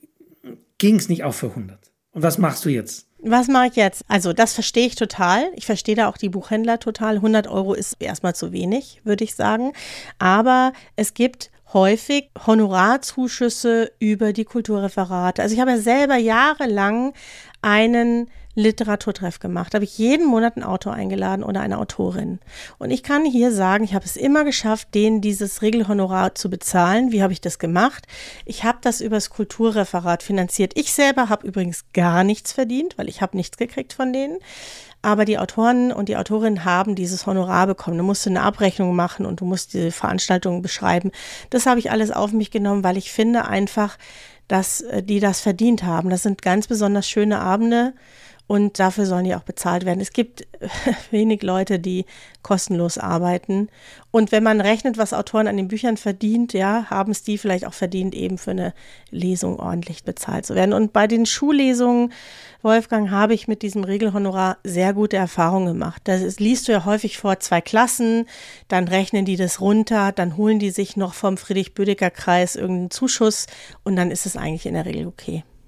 ging es nicht auch für hundert? Und was machst du jetzt? Was mache ich jetzt? Also das verstehe ich total. Ich verstehe da auch die Buchhändler total. hundert Euro ist erstmal zu wenig, würde ich sagen. Aber es gibt häufig Honorarzuschüsse über die Kulturreferate. Also ich habe ja selber jahrelang einen Literaturtreff gemacht. Da habe ich jeden Monat einen Autor eingeladen oder eine Autorin. Und ich kann hier sagen, ich habe es immer geschafft, denen dieses Regelhonorar zu bezahlen. Wie habe ich das gemacht? Ich habe das übers Kulturreferat finanziert. Ich selber habe übrigens gar nichts verdient, weil ich habe nichts gekriegt von denen. Aber die Autoren und die Autorinnen haben dieses Honorar bekommen. Du musst eine Abrechnung machen und du musst die Veranstaltungen beschreiben. Das habe ich alles auf mich genommen, weil ich finde einfach, dass die das verdient haben. Das sind ganz besonders schöne Abende. Und dafür sollen die auch bezahlt werden. Es gibt wenig Leute, die kostenlos arbeiten. Und wenn man rechnet, was Autoren an den Büchern verdient, ja, haben es die vielleicht auch verdient, eben für eine Lesung ordentlich bezahlt zu werden. Und bei den Schullesungen, Wolfgang, habe ich mit diesem Regelhonorar sehr gute Erfahrungen gemacht. Das ist, liest du ja häufig vor zwei Klassen, dann rechnen die das runter, dann holen die sich noch vom Friedrich-Bödecker-Kreis irgendeinen Zuschuss und dann ist es eigentlich in der Regel okay.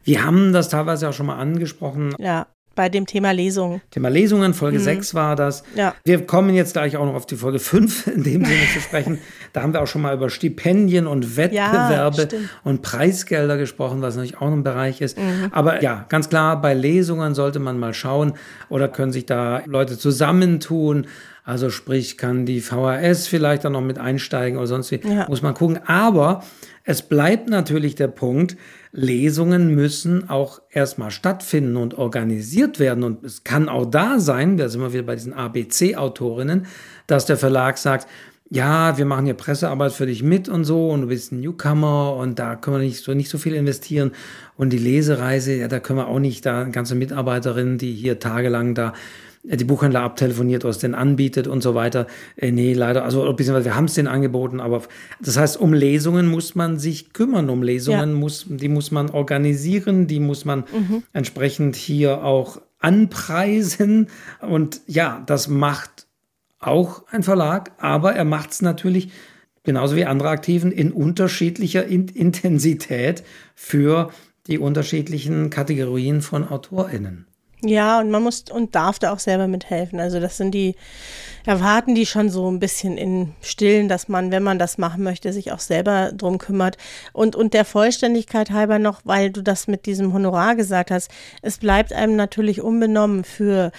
Wir haben das teilweise auch schon mal angesprochen. Ja, bei dem Thema Lesung. Thema Lesungen, Folge mhm. sechs war das. Ja. Wir kommen jetzt gleich auch noch auf die Folge fünf in dem Sinne zu sprechen. Da haben wir auch schon mal über Stipendien und Wettbewerbe ja, und Preisgelder gesprochen, was natürlich auch ein Bereich ist. Mhm. Aber ja, ganz klar, bei Lesungen sollte man mal schauen oder können sich da Leute zusammentun. Also sprich, kann die V H S vielleicht dann noch mit einsteigen oder sonst wie, ja. muss man gucken. Aber es bleibt natürlich der Punkt, Lesungen müssen auch erstmal stattfinden und organisiert werden. Und es kann auch da sein, da sind wir wieder bei diesen A B C-Autorinnen, dass der Verlag sagt, ja, wir machen hier Pressearbeit für dich mit und so und du bist ein Newcomer und da können wir nicht so, nicht so viel investieren. Und die Lesereise, ja, da können wir auch nicht, da ganze Mitarbeiterinnen, die hier tagelang da die Buchhändler abtelefoniert, was denn anbietet und so weiter. Äh, nee, leider, also beziehungsweise wir haben es denen angeboten, aber das heißt, um Lesungen muss man sich kümmern, um Lesungen, ja. muss, die muss man organisieren, die muss man mhm. entsprechend hier auch anpreisen und ja, das macht auch ein Verlag, aber er macht es natürlich genauso wie andere Aktiven in unterschiedlicher in- Intensität für die unterschiedlichen Kategorien von AutorInnen. Ja, und man muss und darf da auch selber mithelfen. Also das sind die, erwarten die schon so ein bisschen in Stillen, dass man, wenn man das machen möchte, sich auch selber drum kümmert. Und, und der Vollständigkeit halber noch, weil du das mit diesem Honorar gesagt hast, es bleibt einem natürlich unbenommen für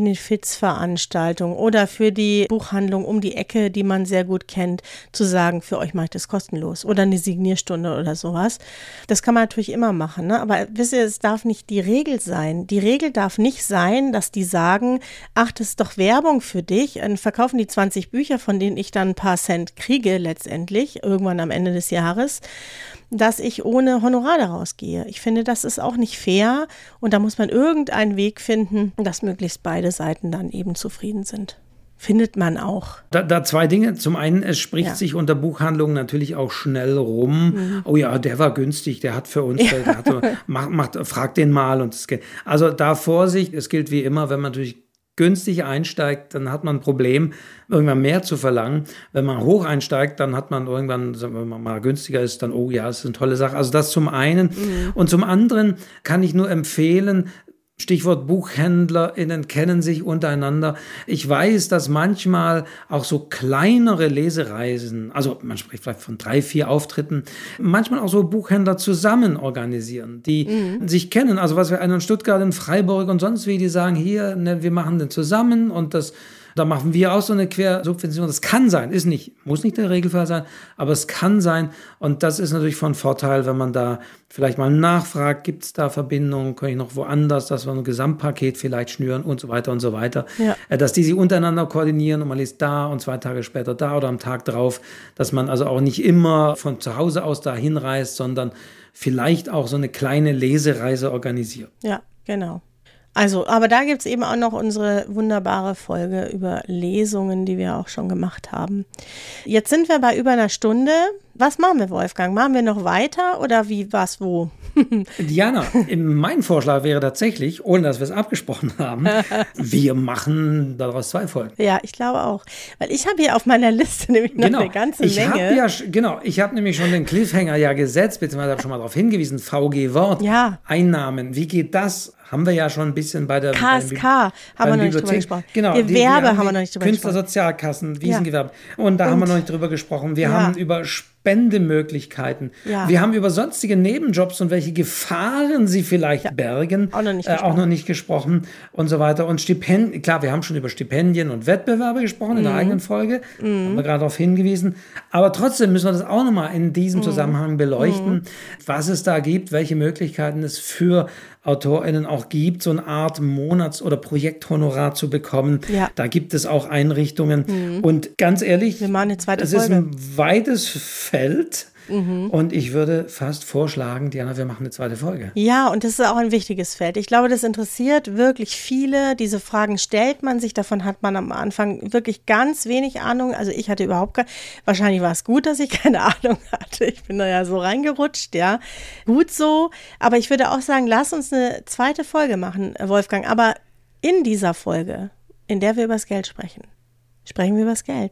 Benefizveranstaltungen oder für die Buchhandlung um die Ecke, die man sehr gut kennt, zu sagen, für euch mache ich das kostenlos oder eine Signierstunde oder sowas. Das kann man natürlich immer machen, ne? Aber wisst ihr, es darf nicht die Regel sein. Die Regel darf nicht sein, dass die sagen, ach, das ist doch Werbung für dich, dann verkaufen die zwanzig Bücher, von denen ich dann ein paar Cent kriege letztendlich, irgendwann am Ende des Jahres, dass ich ohne Honorar daraus gehe. Ich finde, das ist auch nicht fair und da muss man irgendeinen Weg finden, dass möglichst beide Seiten dann eben zufrieden sind. Findet man auch. Da, da zwei Dinge. Zum einen, es spricht ja. sich unter Buchhandlungen natürlich auch schnell rum. Mhm. Oh ja, der war günstig, der hat für uns, ja. der hat, macht, macht, frag den mal. Und das, also da Vorsicht, es gilt wie immer, wenn man natürlich günstig einsteigt, dann hat man ein Problem, irgendwann mehr zu verlangen. Wenn man hoch einsteigt, dann hat man irgendwann, wenn man mal günstiger ist, dann, oh ja, das ist eine tolle Sache. Also das zum einen. Mhm. Und zum anderen kann ich nur empfehlen, Stichwort BuchhändlerInnen kennen sich untereinander. Ich weiß, dass manchmal auch so kleinere Lesereisen, also man spricht vielleicht von drei, vier Auftritten, manchmal auch so Buchhändler zusammen organisieren, die mhm. sich kennen. Also was wir in Stuttgart, in Freiburg und sonst wie, die sagen, hier, ne, wir machen den zusammen und das da machen wir auch so eine Quersubvention. Das kann sein, ist nicht, muss nicht der Regelfall sein, aber es kann sein. Und das ist natürlich von Vorteil, wenn man da vielleicht mal nachfragt, gibt es da Verbindungen, kann ich noch woanders, dass wir ein Gesamtpaket vielleicht schnüren und so weiter und so weiter. Ja. Dass die sich untereinander koordinieren und man liest da und zwei Tage später da oder am Tag drauf, dass man also auch nicht immer von zu Hause aus da hinreist, sondern vielleicht auch so eine kleine Lesereise organisiert. Ja, genau. Also, aber da gibt's eben auch noch unsere wunderbare Folge über Lesungen, die wir auch schon gemacht haben. Jetzt sind wir bei über einer Stunde. Was machen wir, Wolfgang? Machen wir noch weiter oder wie, was, wo? Diana, mein Vorschlag wäre tatsächlich, ohne dass wir es abgesprochen haben, wir machen daraus zwei Folgen. Ja, ich glaube auch. Weil ich habe hier auf meiner Liste nämlich noch genau. eine ganze ich Menge. Ja, genau, ich habe nämlich schon den Cliffhanger ja gesetzt, beziehungsweise habe schon mal darauf hingewiesen, V G Wort, ja. Einnahmen, wie geht das? Haben wir ja schon ein bisschen bei der K S K haben wir noch nicht drüber gesprochen. Genau, Gewerbe die, die haben, haben wir noch nicht drüber gesprochen. Künstlersozialkassen, Wiesengewerbe. Ja. Und da Und, haben wir noch nicht drüber gesprochen. Wir ja. haben über Spendemöglichkeiten. Ja. Wir haben über sonstige Nebenjobs und welche Gefahren sie vielleicht ja. bergen. Auch noch nicht äh, auch noch nicht gesprochen und so weiter. Und Stipendien, klar, wir haben schon über Stipendien und Wettbewerbe gesprochen mhm. in der eigenen Folge. Mhm. Haben wir gerade darauf hingewiesen. Aber trotzdem müssen wir das auch nochmal in diesem mhm. Zusammenhang beleuchten, mhm. was es da gibt, welche Möglichkeiten es für AutorInnen auch gibt, so eine Art Monats- oder Projekthonorar zu bekommen. Ja. Da gibt es auch Einrichtungen. Mhm. Und ganz ehrlich, wir machen eine zweite es Folge. ist ein weites Feld. Mhm. Und ich würde fast vorschlagen, Diana, wir machen eine zweite Folge. Ja, und das ist auch ein wichtiges Feld. Ich glaube, das interessiert wirklich viele. Diese Fragen stellt man sich. Davon hat man am Anfang wirklich ganz wenig Ahnung. Also ich hatte überhaupt keine, wahrscheinlich war es gut, dass ich keine Ahnung hatte. Ich bin da ja so reingerutscht, ja. Gut so. Aber ich würde auch sagen, lass uns eine zweite Folge machen, Wolfgang. Aber in dieser Folge, in der wir über das Geld sprechen, sprechen wir über das Geld.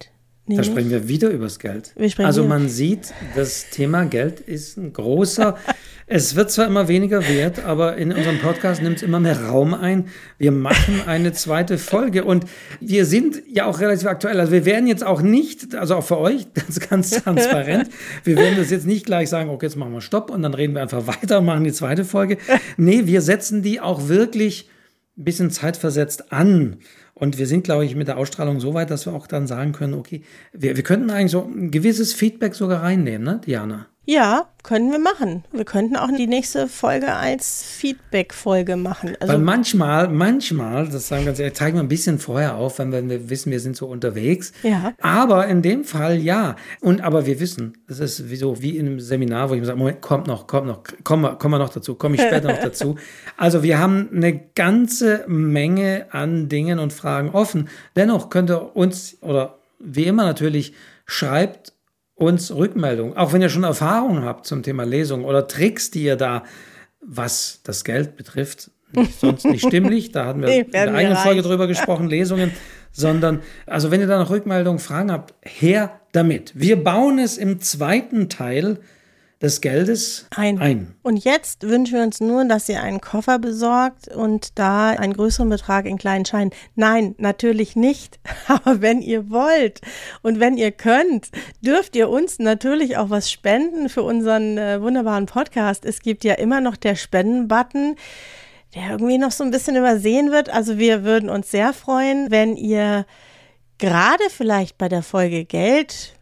Nee, da nicht? sprechen wir wieder übers Geld. Wir sprechen Also wieder- man sieht, das Thema Geld ist ein großer, es wird zwar immer weniger wert, aber in unserem Podcast nimmt es immer mehr Raum ein. Wir machen eine zweite Folge und wir sind ja auch relativ aktuell. Also wir werden jetzt auch nicht, also auch für euch, das ist ganz transparent, wir werden das jetzt nicht gleich sagen, okay, jetzt machen wir Stopp und dann reden wir einfach weiter und machen die zweite Folge. Nee, wir setzen die auch wirklich ein bisschen zeitversetzt an. Und wir sind, glaube ich, mit der Ausstrahlung so weit, dass wir auch dann sagen können, okay, wir, wir könnten eigentlich so ein gewisses Feedback sogar reinnehmen, ne, Diana? Ja, können wir machen. Wir könnten auch die nächste Folge als Feedback-Folge machen. Also, Weil manchmal, manchmal, das sagen wir ganz ehrlich, zeigen wir ein bisschen vorher auf, wenn wir, wir wissen, wir sind so unterwegs. Ja. Aber in dem Fall ja. Und aber wir wissen, das ist wie so wie in einem Seminar, wo ich mir sage, Moment, kommt noch, kommt noch, kommen wir, kommen wir noch dazu, komme ich später noch dazu. Also wir haben eine ganze Menge an Dingen und Fragen offen. Dennoch könnt ihr uns, oder wie immer natürlich, schreibt uns Rückmeldung. Auch wenn ihr schon Erfahrungen habt zum Thema Lesung oder Tricks, die ihr da, was das Geld betrifft, nicht, sonst nicht stimmlich, da hatten wir Nee, in der werden wir eigenen reich. Folge drüber gesprochen, Lesungen, sondern, also wenn ihr da noch Rückmeldungen, Fragen habt, her damit. Wir bauen es im zweiten Teil des Geldes ein. ein. Und jetzt wünschen wir uns nur, dass ihr einen Koffer besorgt und da einen größeren Betrag in kleinen Scheinen. Nein, natürlich nicht. Aber wenn ihr wollt und wenn ihr könnt, dürft ihr uns natürlich auch was spenden für unseren äh, wunderbaren Podcast. Es gibt ja immer noch der Spenden-Button, der irgendwie noch so ein bisschen übersehen wird. Also wir würden uns sehr freuen, wenn ihr gerade vielleicht bei der Folge Geld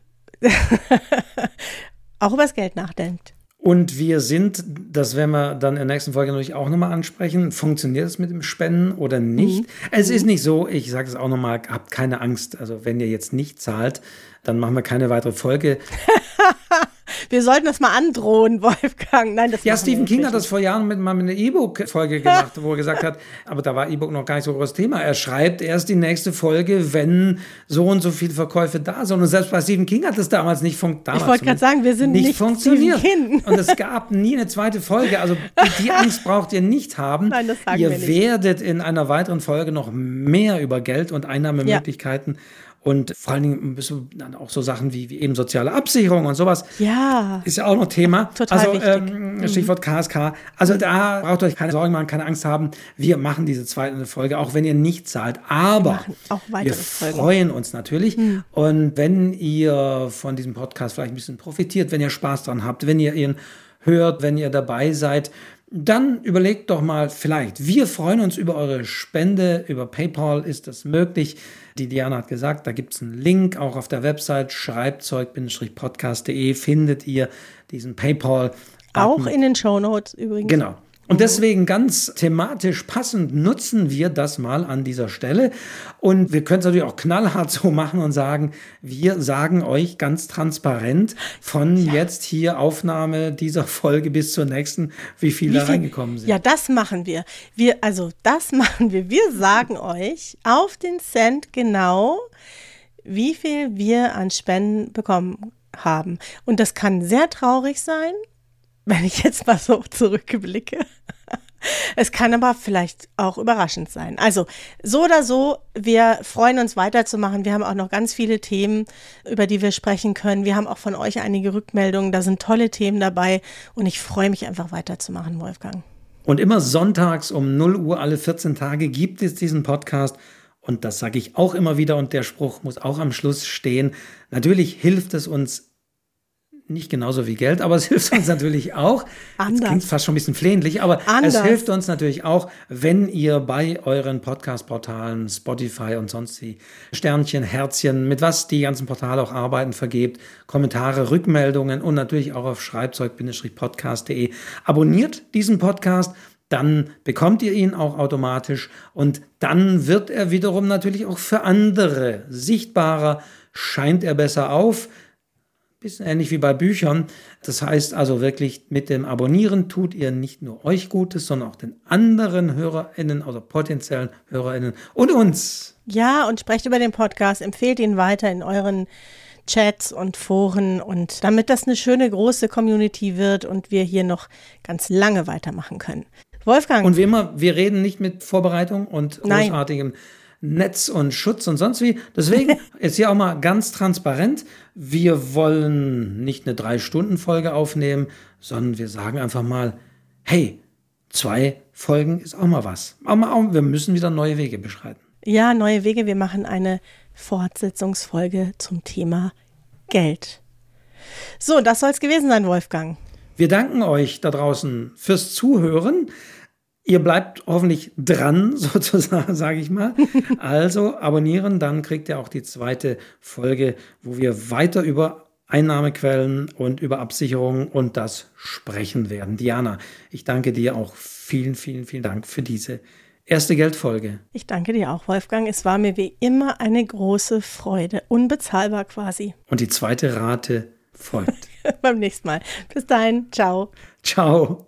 auch über das Geld nachdenkt. Und wir sind, das werden wir dann in der nächsten Folge natürlich auch nochmal ansprechen, funktioniert es mit dem Spenden oder nicht? Mhm. Es ist nicht so, ich sage es auch nochmal, habt keine Angst. Also wenn ihr jetzt nicht zahlt, dann machen wir keine weitere Folge. Wir sollten das mal androhen, Wolfgang. Nein, das Ja, machen wir Stephen King wirklich hat das vor Jahren mit mal mit einer E-Book-Folge gemacht, wo er gesagt hat, aber da war E-Book noch gar nicht so ein großes Thema. Er schreibt erst die nächste Folge, wenn so und so viele Verkäufe da sind. Und selbst bei Stephen King hat es damals nicht funktioniert. Ich wollte gerade sagen, wir sind nicht funktioniert. Stephen King. Und es gab nie eine zweite Folge. Also die Angst braucht ihr nicht haben. Nein, das sagen ihr wir nicht. werdet in einer weiteren Folge noch mehr über Geld und Einnahmemöglichkeiten und vor allen Dingen dann auch so Sachen wie, wie eben soziale Absicherung und sowas. Ja. Ist ja auch noch Thema. Total also, wichtig. Ähm, Stichwort K S K. Also da braucht ihr euch keine Sorgen machen, keine Angst haben. Wir machen diese zweite Folge, auch wenn ihr nicht zahlt. Aber machen auch wir weitere Folgen. freuen uns natürlich. Und wenn ihr von diesem Podcast vielleicht ein bisschen profitiert, wenn ihr Spaß dran habt, wenn ihr ihn hört, wenn ihr dabei seid, dann überlegt doch mal vielleicht. Wir freuen uns über eure Spende. Über PayPal ist das möglich. Die Diana hat gesagt, da gibt es einen Link, auch auf der Website schreibzeug Podcast punkt de findet ihr diesen PayPal. Auch in den Shownotes übrigens. Genau. Und deswegen ganz thematisch passend nutzen wir das mal an dieser Stelle. Und wir können es natürlich auch knallhart so machen und sagen, wir sagen euch ganz transparent von Ja. jetzt hier Aufnahme dieser Folge bis zur nächsten, wie viel Wie da viel- reingekommen sind. Ja, das machen wir. Wir. Also das machen wir. Wir sagen euch auf den Cent genau, wie viel wir an Spenden bekommen haben. Und das kann sehr traurig sein, wenn ich jetzt mal so zurückblicke. Es kann aber vielleicht auch überraschend sein. Also so oder so, wir freuen uns weiterzumachen. Wir haben auch noch ganz viele Themen, über die wir sprechen können. Wir haben auch von euch einige Rückmeldungen. Da sind tolle Themen dabei und ich freue mich einfach weiterzumachen, Wolfgang. Und immer sonntags um null Uhr alle vierzehn Tage gibt es diesen Podcast. Und das sage ich auch immer wieder und der Spruch muss auch am Schluss stehen. Natürlich hilft es uns nicht genauso wie Geld, aber es hilft uns natürlich auch. Anders. Das klingt fast schon ein bisschen flehentlich, aber Anders. es hilft uns natürlich auch, wenn ihr bei euren Podcast-Portalen, Spotify und sonst die Sternchen, Herzchen, mit was die ganzen Portale auch arbeiten, vergebt, Kommentare, Rückmeldungen und natürlich auch auf schreibzeug Podcast punkt de. Abonniert diesen Podcast, dann bekommt ihr ihn auch automatisch und dann wird er wiederum natürlich auch für andere sichtbarer, scheint er besser auf. Bisschen ähnlich wie bei Büchern. Das heißt also wirklich, mit dem Abonnieren tut ihr nicht nur euch Gutes, sondern auch den anderen HörerInnen oder potenziellen HörerInnen und uns. Ja, und sprecht über den Podcast, empfehlt ihn weiter in euren Chats und Foren und damit das eine schöne große Community wird und wir hier noch ganz lange weitermachen können. Wolfgang. Und wie immer, wir reden nicht mit Vorbereitung und Nein. großartigem Netz und Schutz und sonst wie. Deswegen ist hier auch mal ganz transparent. Wir wollen nicht eine Drei-Stunden-Folge aufnehmen, sondern wir sagen einfach mal, hey, zwei Folgen ist auch mal was. Auch mal, auch, wir müssen wieder neue Wege beschreiten. Ja, neue Wege. Wir machen eine Fortsetzungsfolge zum Thema Geld. So, das soll es gewesen sein, Wolfgang. Wir danken euch da draußen fürs Zuhören. Ihr bleibt hoffentlich dran, sozusagen, sage ich mal. Also abonnieren, dann kriegt ihr auch die zweite Folge, wo wir weiter über Einnahmequellen und über Absicherung und das sprechen werden. Diana, ich danke dir auch vielen, vielen, vielen Dank für diese erste Geldfolge. Ich danke dir auch, Wolfgang. Es war mir wie immer eine große Freude. Unbezahlbar quasi. Und die zweite Rate folgt. Beim nächsten Mal. Bis dahin. Ciao. Ciao.